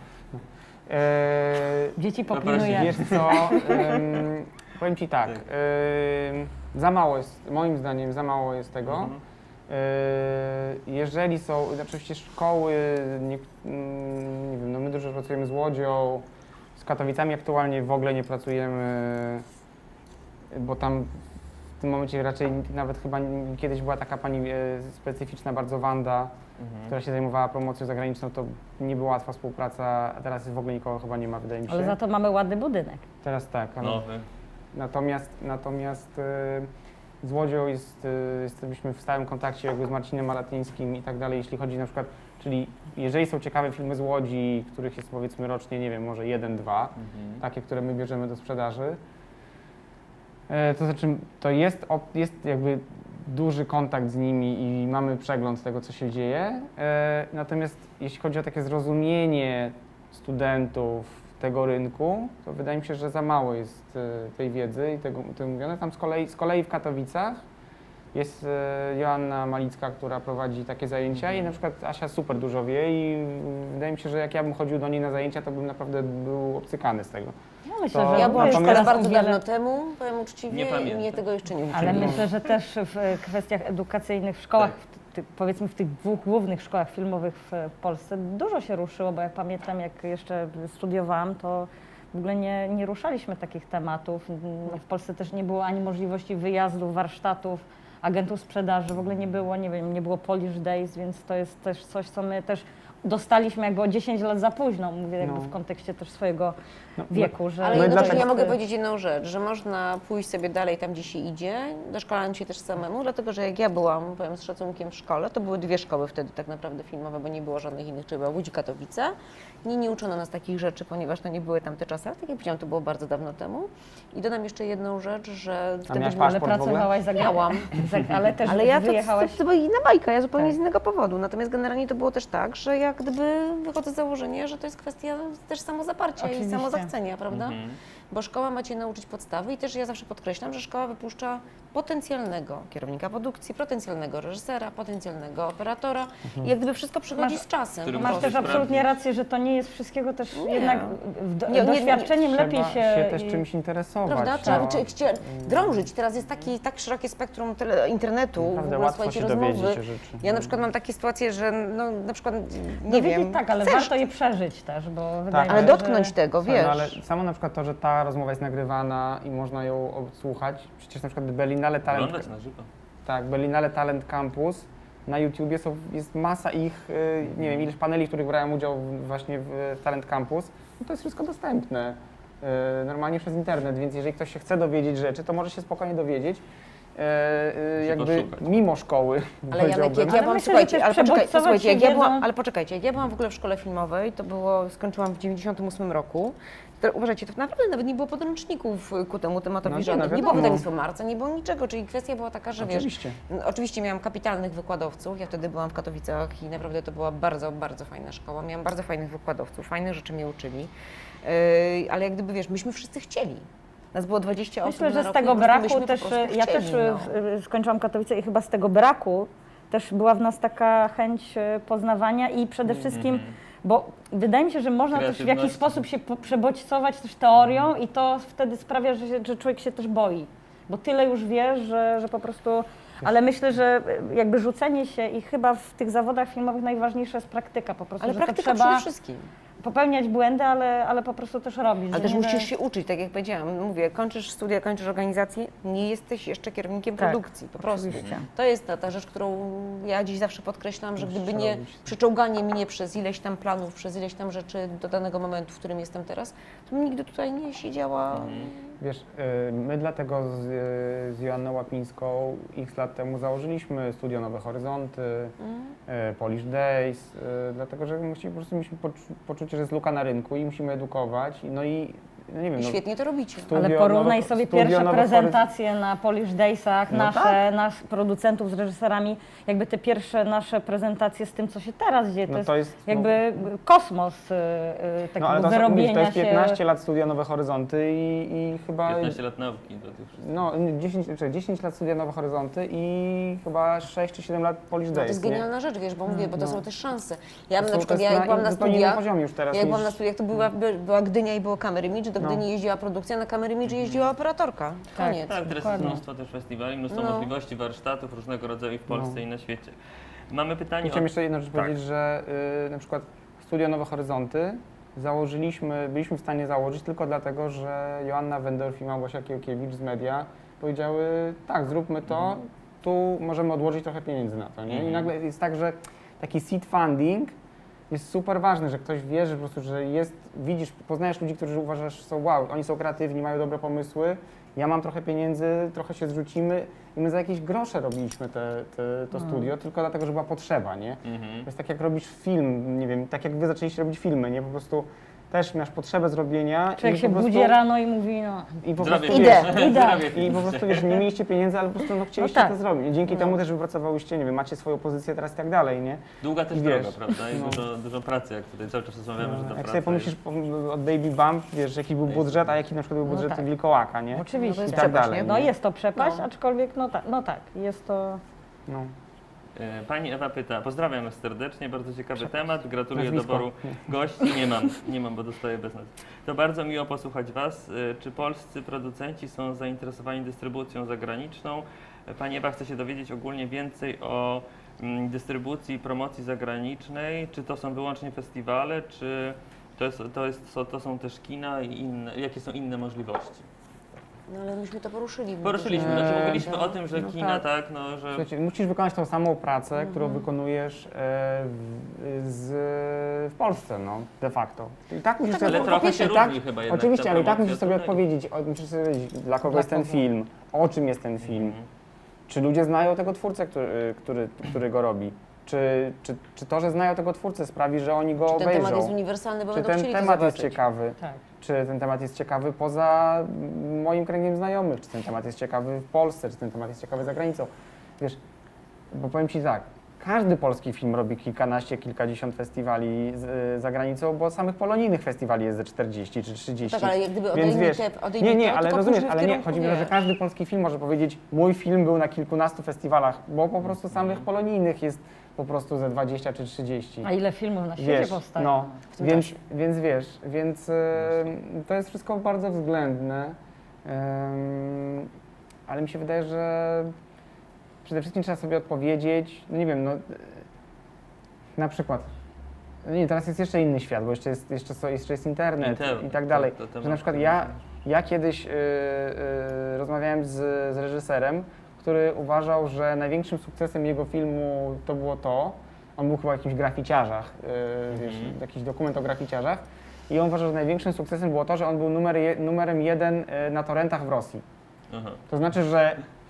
Dzieci Dobra, popilnuje. Wiesz co, powiem Ci tak, za mało jest, moim zdaniem za mało jest tego. Jeżeli są, oczywiście szkoły, nie wiem, no my dużo pracujemy z Łodzią, z Katowicami aktualnie w ogóle nie pracujemy, bo tam w tym momencie raczej nawet chyba kiedyś była taka pani specyficzna bardzo Wanda, która się zajmowała promocją zagraniczną, to nie była łatwa współpraca, a teraz w ogóle nikogo chyba nie ma, wydaje mi się. Ale za to mamy ładny budynek. Teraz tak, ale Nowy. natomiast z Łodzią jesteśmy w stałym kontakcie jakby z Marcinem Malatyńskim i tak dalej, jeśli chodzi na przykład, czyli jeżeli są ciekawe filmy z Łodzi, których jest powiedzmy rocznie, nie wiem, może 1-2, takie, które my bierzemy do sprzedaży, to znaczy to jest jakby duży kontakt z nimi i mamy przegląd tego, co się dzieje. Natomiast jeśli chodzi o takie zrozumienie studentów tego rynku, to wydaje mi się, że za mało jest tej wiedzy i tego mówione. Tam z kolei w Katowicach jest Joanna Malicka, która prowadzi takie zajęcia i na przykład Asia super dużo wie i wydaje mi się, że jak ja bym chodził do niej na zajęcia, to bym naprawdę był obcykany z tego. No myślę, To- że Ja byłam w jest szkole teraz bardzo udziale- dawno temu, powiem uczciwie, Nie i pamiętam. mnie tego jeszcze nie uczyli. Ale myślę, że też w kwestiach edukacyjnych w szkołach, powiedzmy w tych dwóch głównych szkołach filmowych w Polsce dużo się ruszyło, bo ja pamiętam, jak jeszcze studiowałam, to w ogóle nie ruszaliśmy takich tematów. No, w Polsce też nie było ani możliwości wyjazdów, warsztatów, agentów sprzedaży, w ogóle nie było, nie wiem, nie było Polish Days, więc to jest też coś, co my też dostaliśmy jakby o 10 lat za późno, mówię jakby No. w kontekście też swojego No, wieku, że... Ale No i jednocześnie dlatego- ja mogę powiedzieć jedną rzecz, że można pójść sobie dalej tam, gdzie się idzie, doszkalając się też samemu, dlatego że jak ja byłam, powiem z szacunkiem w szkole, to były dwie szkoły wtedy tak naprawdę filmowe, bo nie było żadnych innych, czyli była Łódź i Katowice. Nie uczono nas takich rzeczy, ponieważ to nie były tamte czasy, ale tak jak powiedziałam, to było bardzo dawno temu. I dodam jeszcze jedną rzecz, że wtedy miałaś było- Ale paszport w ogóle? pracowałaś za Miałam. ale też Ale ja wyjechałaś... to była inna bajka, ja zupełnie Tak. z innego powodu. Natomiast generalnie to było też tak, że jak gdyby wychodzę z założenia, że to jest kwestia też samozaparcia i Oczywiście. samozachcenia, prawda? Bo szkoła ma Cię nauczyć podstawy i też ja zawsze podkreślam, że szkoła wypuszcza potencjalnego kierownika produkcji, potencjalnego reżysera, potencjalnego operatora i jak gdyby wszystko przychodzi Masz- z czasem. Który po Masz Możesz też prostu. absolutnie sprawdzić. rację, że to nie jest wszystkiego też Nie. jednak Nie, doświadczeniem lepiej Trzeba się... też czymś interesować. Prawda? Trzeba no. drążyć. Teraz jest tak szerokie spektrum internetu, w Naprawdę ogóle łatwo słuchajcie, się rozmowy. dowiedzieć o rzeczy. Ja na przykład mam takie sytuacje, że no, na przykład, No nie wiecie, wiem, tak, ale chcesz, warto je przeżyć też, bo wydaje mi ale się, dotknąć że... tego, Słuchaj, wiesz. no, ale samo na przykład to, że ta rozmowa jest nagrywana i można ją odsłuchać, przecież na przykład Berlinale Talent, Oglądać na żywo. tak, Berlinale Talent Campus, na YouTubie jest masa ich, nie wiem, ileś paneli, w których brałem udział właśnie w Talent Campus, no to jest wszystko dostępne normalnie przez internet, więc jeżeli ktoś się chce dowiedzieć rzeczy, to może się spokojnie dowiedzieć. jakby poszukać. mimo szkoły, Ale Janek, jak powiedziałbym. ja Ale byłam, myślę, że słuchajcie, też ale poczekaj, przebodźcować słuchajcie, się jak ja wiedzą. byłam, ale poczekajcie, jak ja byłam w ogóle w szkole filmowej, to było, skończyłam w 98 roku. To, uważajcie, to naprawdę nawet nie było podręczników ku temu tematowi No nie, żadnych. no Nie było wiadomo. wydawnictwa Marca, nie było niczego, czyli kwestia była taka, że wiesz, Oczywiście. oczywiście miałam kapitalnych wykładowców, ja wtedy byłam w Katowicach i naprawdę to była bardzo, bardzo fajna szkoła. Miałam bardzo fajnych wykładowców, fajne rzeczy mnie uczyli, ale jak gdyby, wiesz, myśmy wszyscy chcieli. Nas było 20 osób Myślę, na że z rok, tego i po prostu braku myśmy też, po prostu ja chcieli, też no. skończyłam Katowice i chyba z tego braku też była w nas taka chęć poznawania i przede wszystkim, bo wydaje mi się, że można też w jakiś Kreatywności. sposób się przebodźcować też teorią i to wtedy sprawia, że człowiek się też boi, bo tyle już wie, że po prostu, ale myślę, że jakby rzucenie się i chyba w tych zawodach filmowych najważniejsza jest praktyka po prostu, Ale że to praktyka trzeba przede wszystkim. popełniać błędy, ale po prostu też robić. Ale że też nie musisz się uczyć, tak jak powiedziałam. Mówię, kończysz studia, kończysz organizację, nie jesteś jeszcze kierownikiem Tak, produkcji, po prostu. oczywiście. To jest ta rzecz, którą ja dziś zawsze podkreślam, że gdyby nie robić. przyczołganie mnie przez ileś tam planów, przez ileś tam rzeczy do danego momentu, w którym jestem teraz, to bym nigdy tutaj nie siedziała. Wiesz, my dlatego z Joanną Łapińską x lat temu założyliśmy Studio Nowe Horyzonty, Polish Days, dlatego że po prostu mieliśmy poczucie, że jest luka na rynku i musimy edukować, no i no nie wiem, I no, świetnie to robicie. Studio Ale porównaj Nowe- sobie Studio pierwsze Nowe prezentacje na Polish Daysach, No nasz producentów z reżyserami, jakby te pierwsze nasze prezentacje z tym, co się teraz dzieje, No to jest, jakby kosmos takiego no ale to, wyrobienia to jest się. 15 lat Studia Nowe Horyzonty i chyba 15 lat nauki do tych wszystkich. no, 10 lat Studia Nowe Horyzonty i chyba 6 czy 7 lat Polish No, Days. to jest nie? genialna rzecz, wiesz, bo mówię, bo to No. są też szanse. Ja To na przykład, jest jak byłam na zupełnie innym studiach, poziomie już teraz jak byłam niż- na studiach, to była Gdynia i było Camera Image, do No. Gdyni jeździła produkcja, na Camera Image jeździła operatorka. Tak. Koniec. Tak, teraz jest Dokładnie. mnóstwo też festiwali, mnóstwo No. możliwości, warsztatów różnego rodzaju w Polsce No. i na świecie. Mamy pytanie Chciałem o... jeszcze jedną rzecz Tak. powiedzieć, że na przykład Studio Nowe Horyzonty byliśmy w stanie założyć tylko dlatego, że Joanna Wendorf i Małgosia Kiełkiewicz z Media powiedziały, tak, zróbmy to, tu możemy odłożyć trochę pieniędzy na to, nie? I nagle jest tak, że taki seed funding jest super ważny, że ktoś wie, że po prostu, że widzisz, poznajesz ludzi, którzy uważasz, że są wow, oni są kreatywni, mają dobre pomysły, ja mam trochę pieniędzy, trochę się zrzucimy i my za jakieś grosze robiliśmy to studio, tylko dlatego, że była potrzeba, nie? Mhm. To jest tak jak robisz film, nie wiem, tak jak wy zaczęliście robić filmy, nie? Po prostu też masz potrzebę zrobienia Człowiek i się po prostu, budzi rano i mówi, no i po Zdrowie prostu, film. wiesz, Zdrowie i po prostu wiesz, nie mieliście pieniędzy, ale po prostu chcieliście No tak. to zrobić. I dzięki temu też wypracowałyście, nie wiem, macie swoją pozycję teraz i tak dalej, nie? Długa też I droga, wiesz, prawda? I no. dużo pracy, jak tutaj cały czas rozmawiamy, że ta Jak praca sobie pomyślisz od Baby Bump, wiesz, jaki był budżet, a jaki na przykład był No budżet tak. Wilkołaka, nie? oczywiście. jest I tak przepaść, dalej. nie? No jest to przepaść, No. aczkolwiek no tak, jest to... No. Pani Ewa pyta, pozdrawiam serdecznie, bardzo ciekawy temat, gratuluję Nazwisko. doboru gości. Nie mam, bo dostaję bez nazwy. To bardzo miło posłuchać Was. Czy polscy producenci są zainteresowani dystrybucją zagraniczną? Pani Ewa chce się dowiedzieć ogólnie więcej o dystrybucji i promocji zagranicznej. Czy to są wyłącznie festiwale, czy to są też kina i inne, jakie są inne możliwości? No ale myśmy to poruszyli. Poruszyliśmy, znaczy mówiliśmy o tym, że no kina tak. tak, no, że... Słuchajcie, musisz wykonać tą samą pracę, którą wykonujesz w Polsce, no, de facto. I tak musisz Ale sobie, trochę się tak, różni chyba jednak oczywiście, ta ale i tak promocja musisz sobie tutaj. odpowiedzieć, musisz sobie powiedzieć, dla kogo jest ten film, o czym jest ten film, czy ludzie znają tego twórcę, który go robi, czy to, że znają tego twórcę sprawi, że oni go Czy ten temat jest obejrzą, uniwersalny, bo czy będą ten chcieli to temat jest zobaczyć. ciekawy. Tak. Czy ten temat jest ciekawy poza moim kręgiem znajomych, czy ten temat jest ciekawy w Polsce, czy ten temat jest ciekawy za granicą. Wiesz, bo powiem Ci tak, każdy polski film robi kilkanaście, kilkadziesiąt festiwali za granicą, bo samych polonijnych festiwali jest ze 40 czy 30. Tak, ale jak gdyby Więc odejmij wiesz, odejmij to, ale tylko rozumiesz, pójdźmy w ale nie, kierunku, chodzi mi o to, że wiesz. każdy polski film może powiedzieć, mój film był na kilkunastu festiwalach, bo po prostu samych polonijnych jest po prostu ze 20 czy 30. A ile filmów na świecie Wiesz, powstaje? no, w tym więc wiesz, to jest wszystko bardzo względne, ale mi się wydaje, że przede wszystkim trzeba sobie odpowiedzieć, no nie wiem, no na przykład, no nie, teraz jest jeszcze inny świat, bo jeszcze jest internet i tak dalej, to temat, że na przykład który- ja kiedyś rozmawiałem z reżyserem, który uważał, że największym sukcesem jego filmu to było to, on był chyba o jakimś graficiarzach, wiesz, jakiś dokument o graficiarzach i on uważał, że największym sukcesem było to, że on był numerem jeden na torrentach w Rosji. Aha. To znaczy, że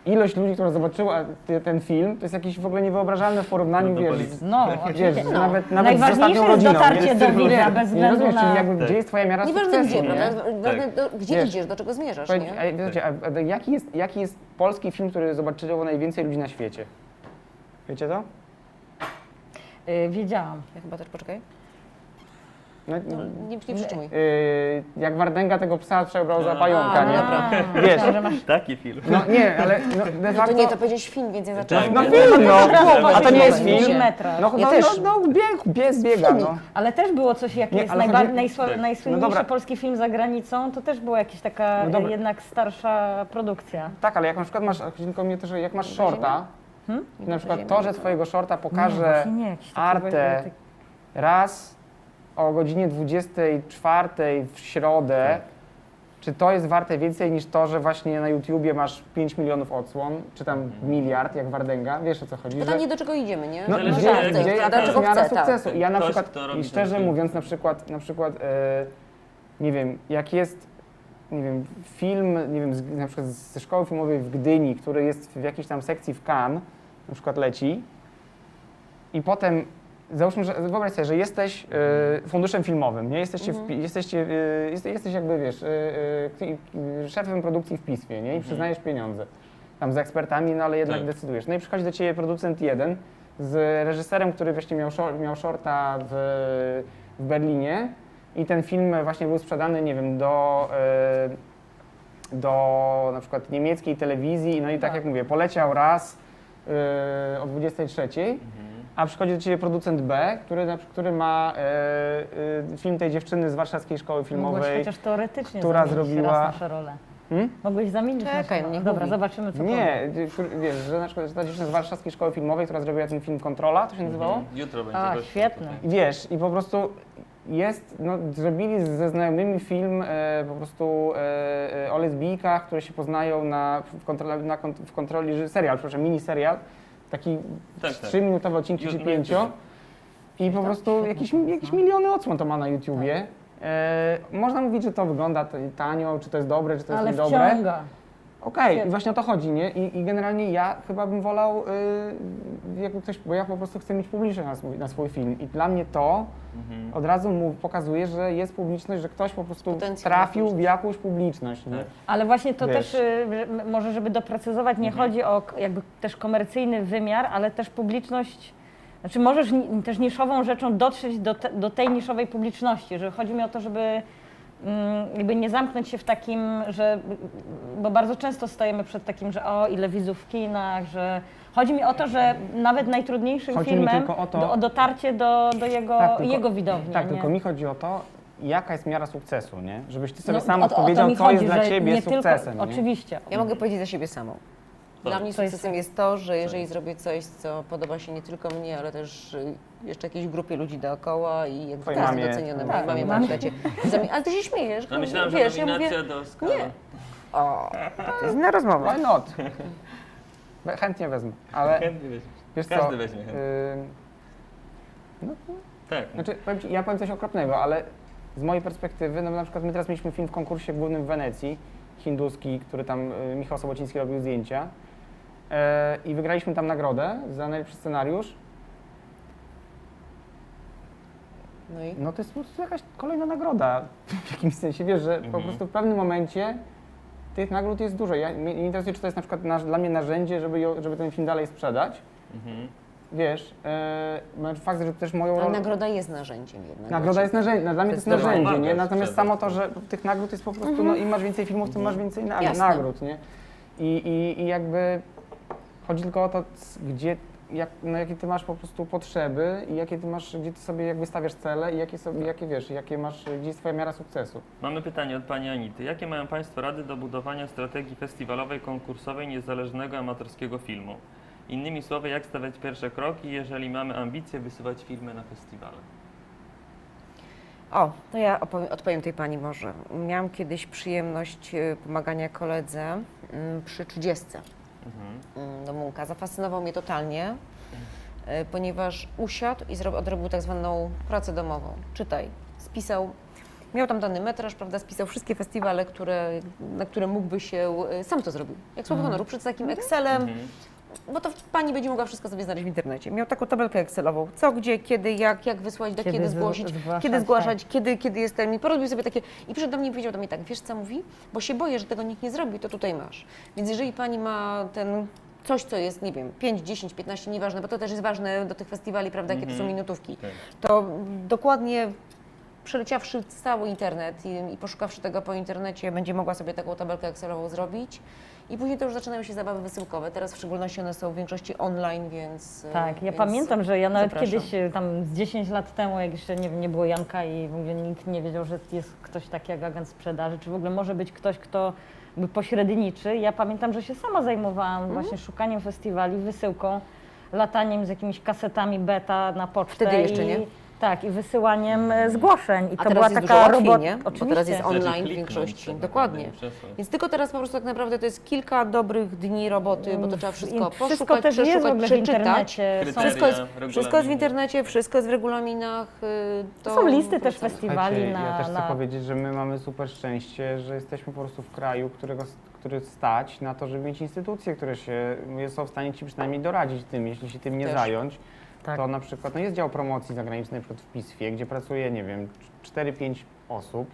ilość ludzi, która zobaczyła ten film, to jest jakiś w ogóle niewyobrażalne w porównaniu, No, wiesz, No, wiesz, oczywiście. że nawet z Najważniejsze ostatnią jest rodziną, dotarcie nie? do widza Wiesz, bez nie względu rozumiesz, czyli na... jakby, gdzie jest twoja miara Nieważne sukcesu, gdzie, nie? prawda? Ważne, gdzie Wiesz, idziesz, do czego zmierzasz, Powiedz, nie? a jaki jest polski film, który zobaczyło najwięcej ludzi na świecie? Wiecie to? Wiedziałam. Ja chyba też, poczekaj. No, Nie przytrzymuj. jak Wardęga tego psa przebrał za pająka, nie? dobra. Wiesz, Myślałam, że masz... Taki film. no nie, ale de No to facto... nie, to powiedziałeś film, więc ja zaczęłam. Tak, No tak. film, no! A to nie jest Pół film? metra. No, Ja no, też. no, pies biega, no. Ale też było coś, jak Nie, jest ale chodzi- Tak. najsłynniejszy No dobra. polski film za granicą, to też była jakaś taka No dobra. jednak starsza produkcja. Tak, ale jak na przykład masz, tylko mnie też, jak masz shorta, Nie na przykład ziemi, to, że twojego shorta pokaże właśnie nie, jakiś taki Artę raz o godzinie 24 w środę, Tak. czy to jest warte więcej niż to, że właśnie na YouTubie masz 5 milionów odsłon, czy tam miliard, jak Wardęga, wiesz o co chodzi? Pytanie, do czego idziemy, nie? No, Ale gdzie, że- gdzie że- jaka do jest czego miara chce, tak. sukcesu? I ja na Ktoś, przykład, kto robi i ten szczerze film. mówiąc, na przykład nie wiem, jak jest, nie wiem, film, nie wiem, na przykład ze szkoły filmowej w Gdyni, który jest w jakiejś tam sekcji w Cannes, na przykład leci i potem, załóżmy, że wyobraź sobie, że jesteś funduszem filmowym, nie? Jesteś jakby, wiesz, szefem produkcji w PiSwie, nie? I przyznajesz pieniądze tam z ekspertami, no ale jednak Tak. decydujesz. No i przychodzi do ciebie producent jeden z reżyserem, który właśnie miał shorta w Berlinie i ten film właśnie był sprzedany, nie wiem, do na przykład niemieckiej telewizji, no i tak jak mówię, poleciał raz o 23, a przychodzi do ciebie producent B, który ma film tej dziewczyny z warszawskiej szkoły Mogłeś filmowej. chociaż teoretycznie która zamienić zrobiła- raz nasze role. Hmm? Mogłeś zamienić Czekaj, nasze no role. niech Dobra, mówi. zobaczymy co powie. Nie, wiesz, że na przykład ta dziewczyna z warszawskiej szkoły filmowej, która zrobiła ten film Kontrola, to się nazywało? Jutro będzie A, gościem świetne. tutaj. I wiesz, i po prostu jest, no, zrobili ze znajomymi film po prostu o lesbijkach, które się poznają w kontroli, serial, przepraszam, mini serial, taki Tak, tak. 3-minutowe odcinki czy Na 5 YouTubie. i po prostu jakieś miliony odsłon to ma na YouTubie. Można mówić, że to wygląda tanio, czy to jest dobre, czy to jest Ale niedobre. wciąga. Okej, i właśnie o to chodzi, nie? I generalnie ja chyba bym wolał, jakby ktoś, bo ja po prostu chcę mieć publiczność na swój film i dla mnie to od razu mu pokazuje, że jest publiczność, że ktoś po prostu Potencjał trafił w publiczności. jakąś publiczność, nie? Tak. Ale właśnie to Wiesz. też, może żeby doprecyzować, nie chodzi o jakby też komercyjny wymiar, ale też publiczność, znaczy możesz też niszową rzeczą dotrzeć do tej niszowej publiczności, że chodzi mi o to, żeby jakby nie zamknąć się w takim, że, bo bardzo często stajemy przed takim, że o ile widzów w kinach, że chodzi mi o to, że nawet najtrudniejszym Chodzi mi filmem tylko o to- o dotarcie do jego, Tak, tylko- jego widowni. Tak, nie? tylko mi chodzi o to, jaka jest miara sukcesu, nie? Żebyś ty sobie No, sam o to odpowiedział, mi co chodzi, jest dla że ciebie nie tylko- sukcesem, nie? Oczywiście. Ja mogę powiedzieć za siebie samą. Dla mnie To jest- sukcesem jest to, że jeżeli zrobię coś, co podoba się nie tylko mnie, ale też jeszcze jakiejś grupie ludzi dookoła i jakby Twojej to jest mamie. docenione, Tak, mojej mamie, mamie. Margacie. Ale ty się śmiejesz, No myślałem, że wiesz, ja nominacja mówię, do Oscara. nie. O, to jest inna rozmowa. Why not? Chętnie wezmę, ale Chętnie weźmie. wiesz co? Każdy weźmie chętnie. Tak. Znaczy, ja powiem coś okropnego, ale z mojej perspektywy, no na przykład my teraz mieliśmy film w konkursie głównym w Wenecji, hinduski, który tam Michał Sobociński robił zdjęcia i wygraliśmy tam nagrodę za najlepszy scenariusz. No i No to jest po prostu jakaś kolejna nagroda w jakimś sensie, wiesz, że po prostu w pewnym momencie tych nagród jest dużo. Mnie interesuje, czy to jest na przykład dla mnie narzędzie, żeby ten film dalej sprzedać. Wiesz, fakt, że też moją ale rolę... nagroda jest narzędziem jednak. Nagroda jest narzędzie, dla mnie to jest Zdecydowanie. narzędzie, nie? Pomaga Natomiast sprzedać. samo to, że tych nagród jest po prostu, no im masz więcej filmów, tym masz więcej Jasne. nagród, nie? I jakby chodzi tylko o to, jakie ty masz po prostu potrzeby i jakie ty masz, gdzie ty sobie jakby stawiasz cele i jakie wiesz, gdzie jest twoja miara sukcesu. Mamy pytanie od pani Anity. Jakie mają Państwo rady do budowania strategii festiwalowej, konkursowej, niezależnego, amatorskiego filmu? Innymi słowy, jak stawiać pierwsze kroki, jeżeli mamy ambicje wysyłać filmy na festiwale? O, to ja odpowiem tej pani może. Miałam kiedyś przyjemność pomagania koledze przy 30 do Munka. Zafascynował mnie totalnie, ponieważ usiadł i odrobił tak zwaną pracę domową. Czytaj, spisał miał tam dany metraż, prawda, spisał wszystkie festiwale, na które mógłby się, sam to zrobił. Jak słowo honoru, przed takim Excelem, bo to pani będzie mogła wszystko sobie znaleźć w internecie. Miał taką tabelkę Excelową, co, gdzie, kiedy, jak wysłać, kiedy zgłosić, kiedy zgłaszać, kiedy jest termin. Porobił sobie takie i przyszedł do mnie i powiedział do mnie tak, wiesz co mówi, bo się boję, że tego nikt nie zrobi, to tutaj masz. Więc jeżeli pani ma ten coś, co jest, nie wiem, 5, 10, 15, nieważne, bo to też jest ważne do tych festiwali, prawda, jakie to są minutówki, Tak. to dokładnie przeleciawszy cały internet i poszukawszy tego po internecie, będzie mogła sobie taką tabelkę Excelową zrobić. I później to już zaczynają się zabawy wysyłkowe. Teraz w szczególności one są w większości online, więc... Tak, ja więc pamiętam, że ja nawet zapraszam. kiedyś tam z 10 lat temu, jak jeszcze nie było Janka i w ogóle nikt nie wiedział, że jest ktoś taki jak agent sprzedaży, czy w ogóle może być ktoś, kto by pośredniczy. Ja pamiętam, że się sama zajmowałam właśnie szukaniem festiwali, wysyłką, lataniem z jakimiś kasetami beta na pocztę. Wtedy jeszcze nie? Tak, i wysyłaniem zgłoszeń. I A to teraz była jest taka dużo łatwiej, robota. nie? Bo Oczywiście. teraz jest online w Kliknąć większości. tak Dokładnie. naprawdę i przesłać. Więc tylko teraz po prostu tak naprawdę to jest kilka dobrych dni roboty, bo to trzeba wszystko Wszystko poszukać, też jest w przeszukać, ogóle w przeczytać. internecie. Są, Kryteria, Wszystko jest w regulaminy. internecie, wszystko jest w regulaminach. to są listy też polecamy. festiwali Słuchajcie, ja też chcę na powiedzieć, że my mamy super szczęście, że jesteśmy po prostu w kraju, który stać na to, żeby mieć instytucje, które są w stanie ci przynajmniej doradzić tym, jeśli się tym nie Też. zająć. Tak. To na przykład jest dział promocji zagranicznej, na przykład w PISF-ie, gdzie pracuje, nie wiem, 4-5 osób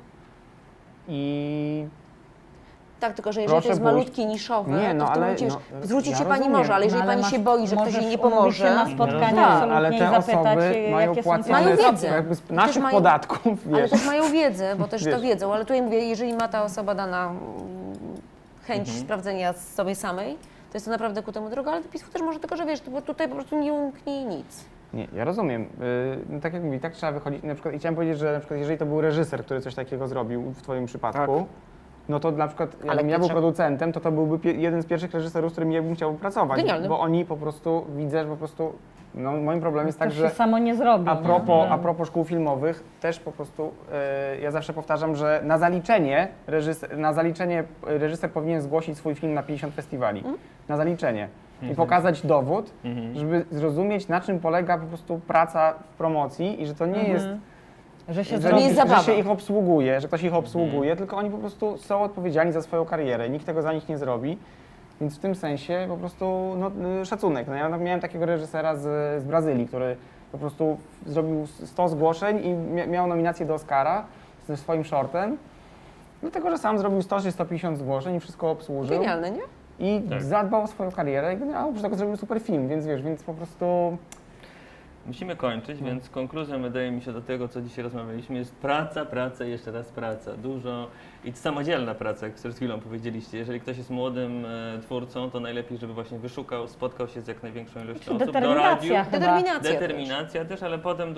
i Tak, tylko że jeżeli Proszę to jest pójść. malutki, niszowy, Nie, no to w tym ale momencie no, zwrócić ja się pani rozumiem. może, ale jeżeli No, ale pani się boi, że ktoś jej możesz nie umówić pomoże, się na spotkanie Tak, absolutnie ale i te zapytać, osoby mają jakie są płacone Mają informacje. wiedzę. jakby z Też naszych mają- podatków, ale wiesz. też mają wiedzę, bo też Wiesz. to wiedzą, ale tutaj mówię, jeżeli ma ta osoba dana chęć sprawdzenia sobie samej, to jest to naprawdę ku temu droga, ale do PiS-u też może tylko, że wiesz, bo tutaj po prostu nie umknie jej nic. Nie, ja rozumiem. No tak jak mówię, tak trzeba wychodzić. Na przykład, i chciałem powiedzieć, że na przykład jeżeli to był reżyser, który coś takiego zrobił w twoim przypadku, no to na przykład jakbym ja był Piotrze- producentem, to byłby jeden z pierwszych reżyserów, z którym ja bym chciał pracować. Genialny. Bo oni po prostu, widzę, że po prostu, no moim problemem jest tak, To się że samo nie zrobi. a propos szkół filmowych, też po prostu ja zawsze powtarzam, że na zaliczenie reżyser powinien zgłosić swój film na 50 festiwali. Na zaliczenie. I pokazać dowód, żeby zrozumieć, na czym polega po prostu praca w promocji i że to nie jest, Że się że, zrobi. nie jest zabawa. że się ich obsługuje, że ktoś ich obsługuje, tylko oni po prostu są odpowiedzialni za swoją karierę. Nikt tego za nich nie zrobi. Więc w tym sensie po prostu szacunek. No ja miałem takiego reżysera z Brazylii, który po prostu zrobił 100 zgłoszeń i miał nominację do Oscara ze swoim shortem, dlatego że sam zrobił 100 czy 150 zgłoszeń i wszystko obsłużył. Genialne, nie? I Tak. zadbał o swoją karierę i oprócz tego zrobił super film, więc wiesz, więc po prostu... Musimy kończyć, więc konkluzją wydaje mi się do tego, co dzisiaj rozmawialiśmy, jest praca, praca i jeszcze raz praca. Dużo i samodzielna praca, jak przed chwilą powiedzieliście. Jeżeli ktoś jest młodym twórcą, to najlepiej, żeby właśnie wyszukał, spotkał się z jak największą ilością osób, doradził. Determinacja chyba. Determinacja. Determinacja też, ale potem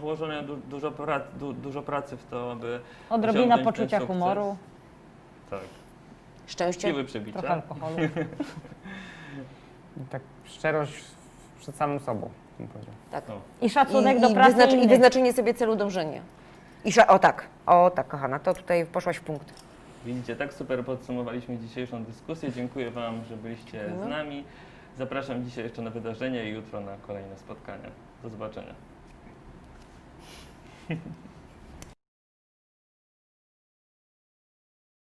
dużo pracy w to, aby Odrobina osiągnąć ten poczucia sukces. humoru, Tak. Szczęście. Siły przybicia. trochę alkoholu. Tak szczerość przed samym sobą, bym powiedział. Tak. O. I szacunek do pracy I innych. wyznaczenie sobie celu dążenia. O tak, kochana, to tutaj poszłaś w punkt. Widzicie, tak super podsumowaliśmy dzisiejszą dyskusję. Dziękuję Wam, że byliście z nami. Zapraszam dzisiaj jeszcze na wydarzenia i jutro na kolejne spotkania. Do zobaczenia.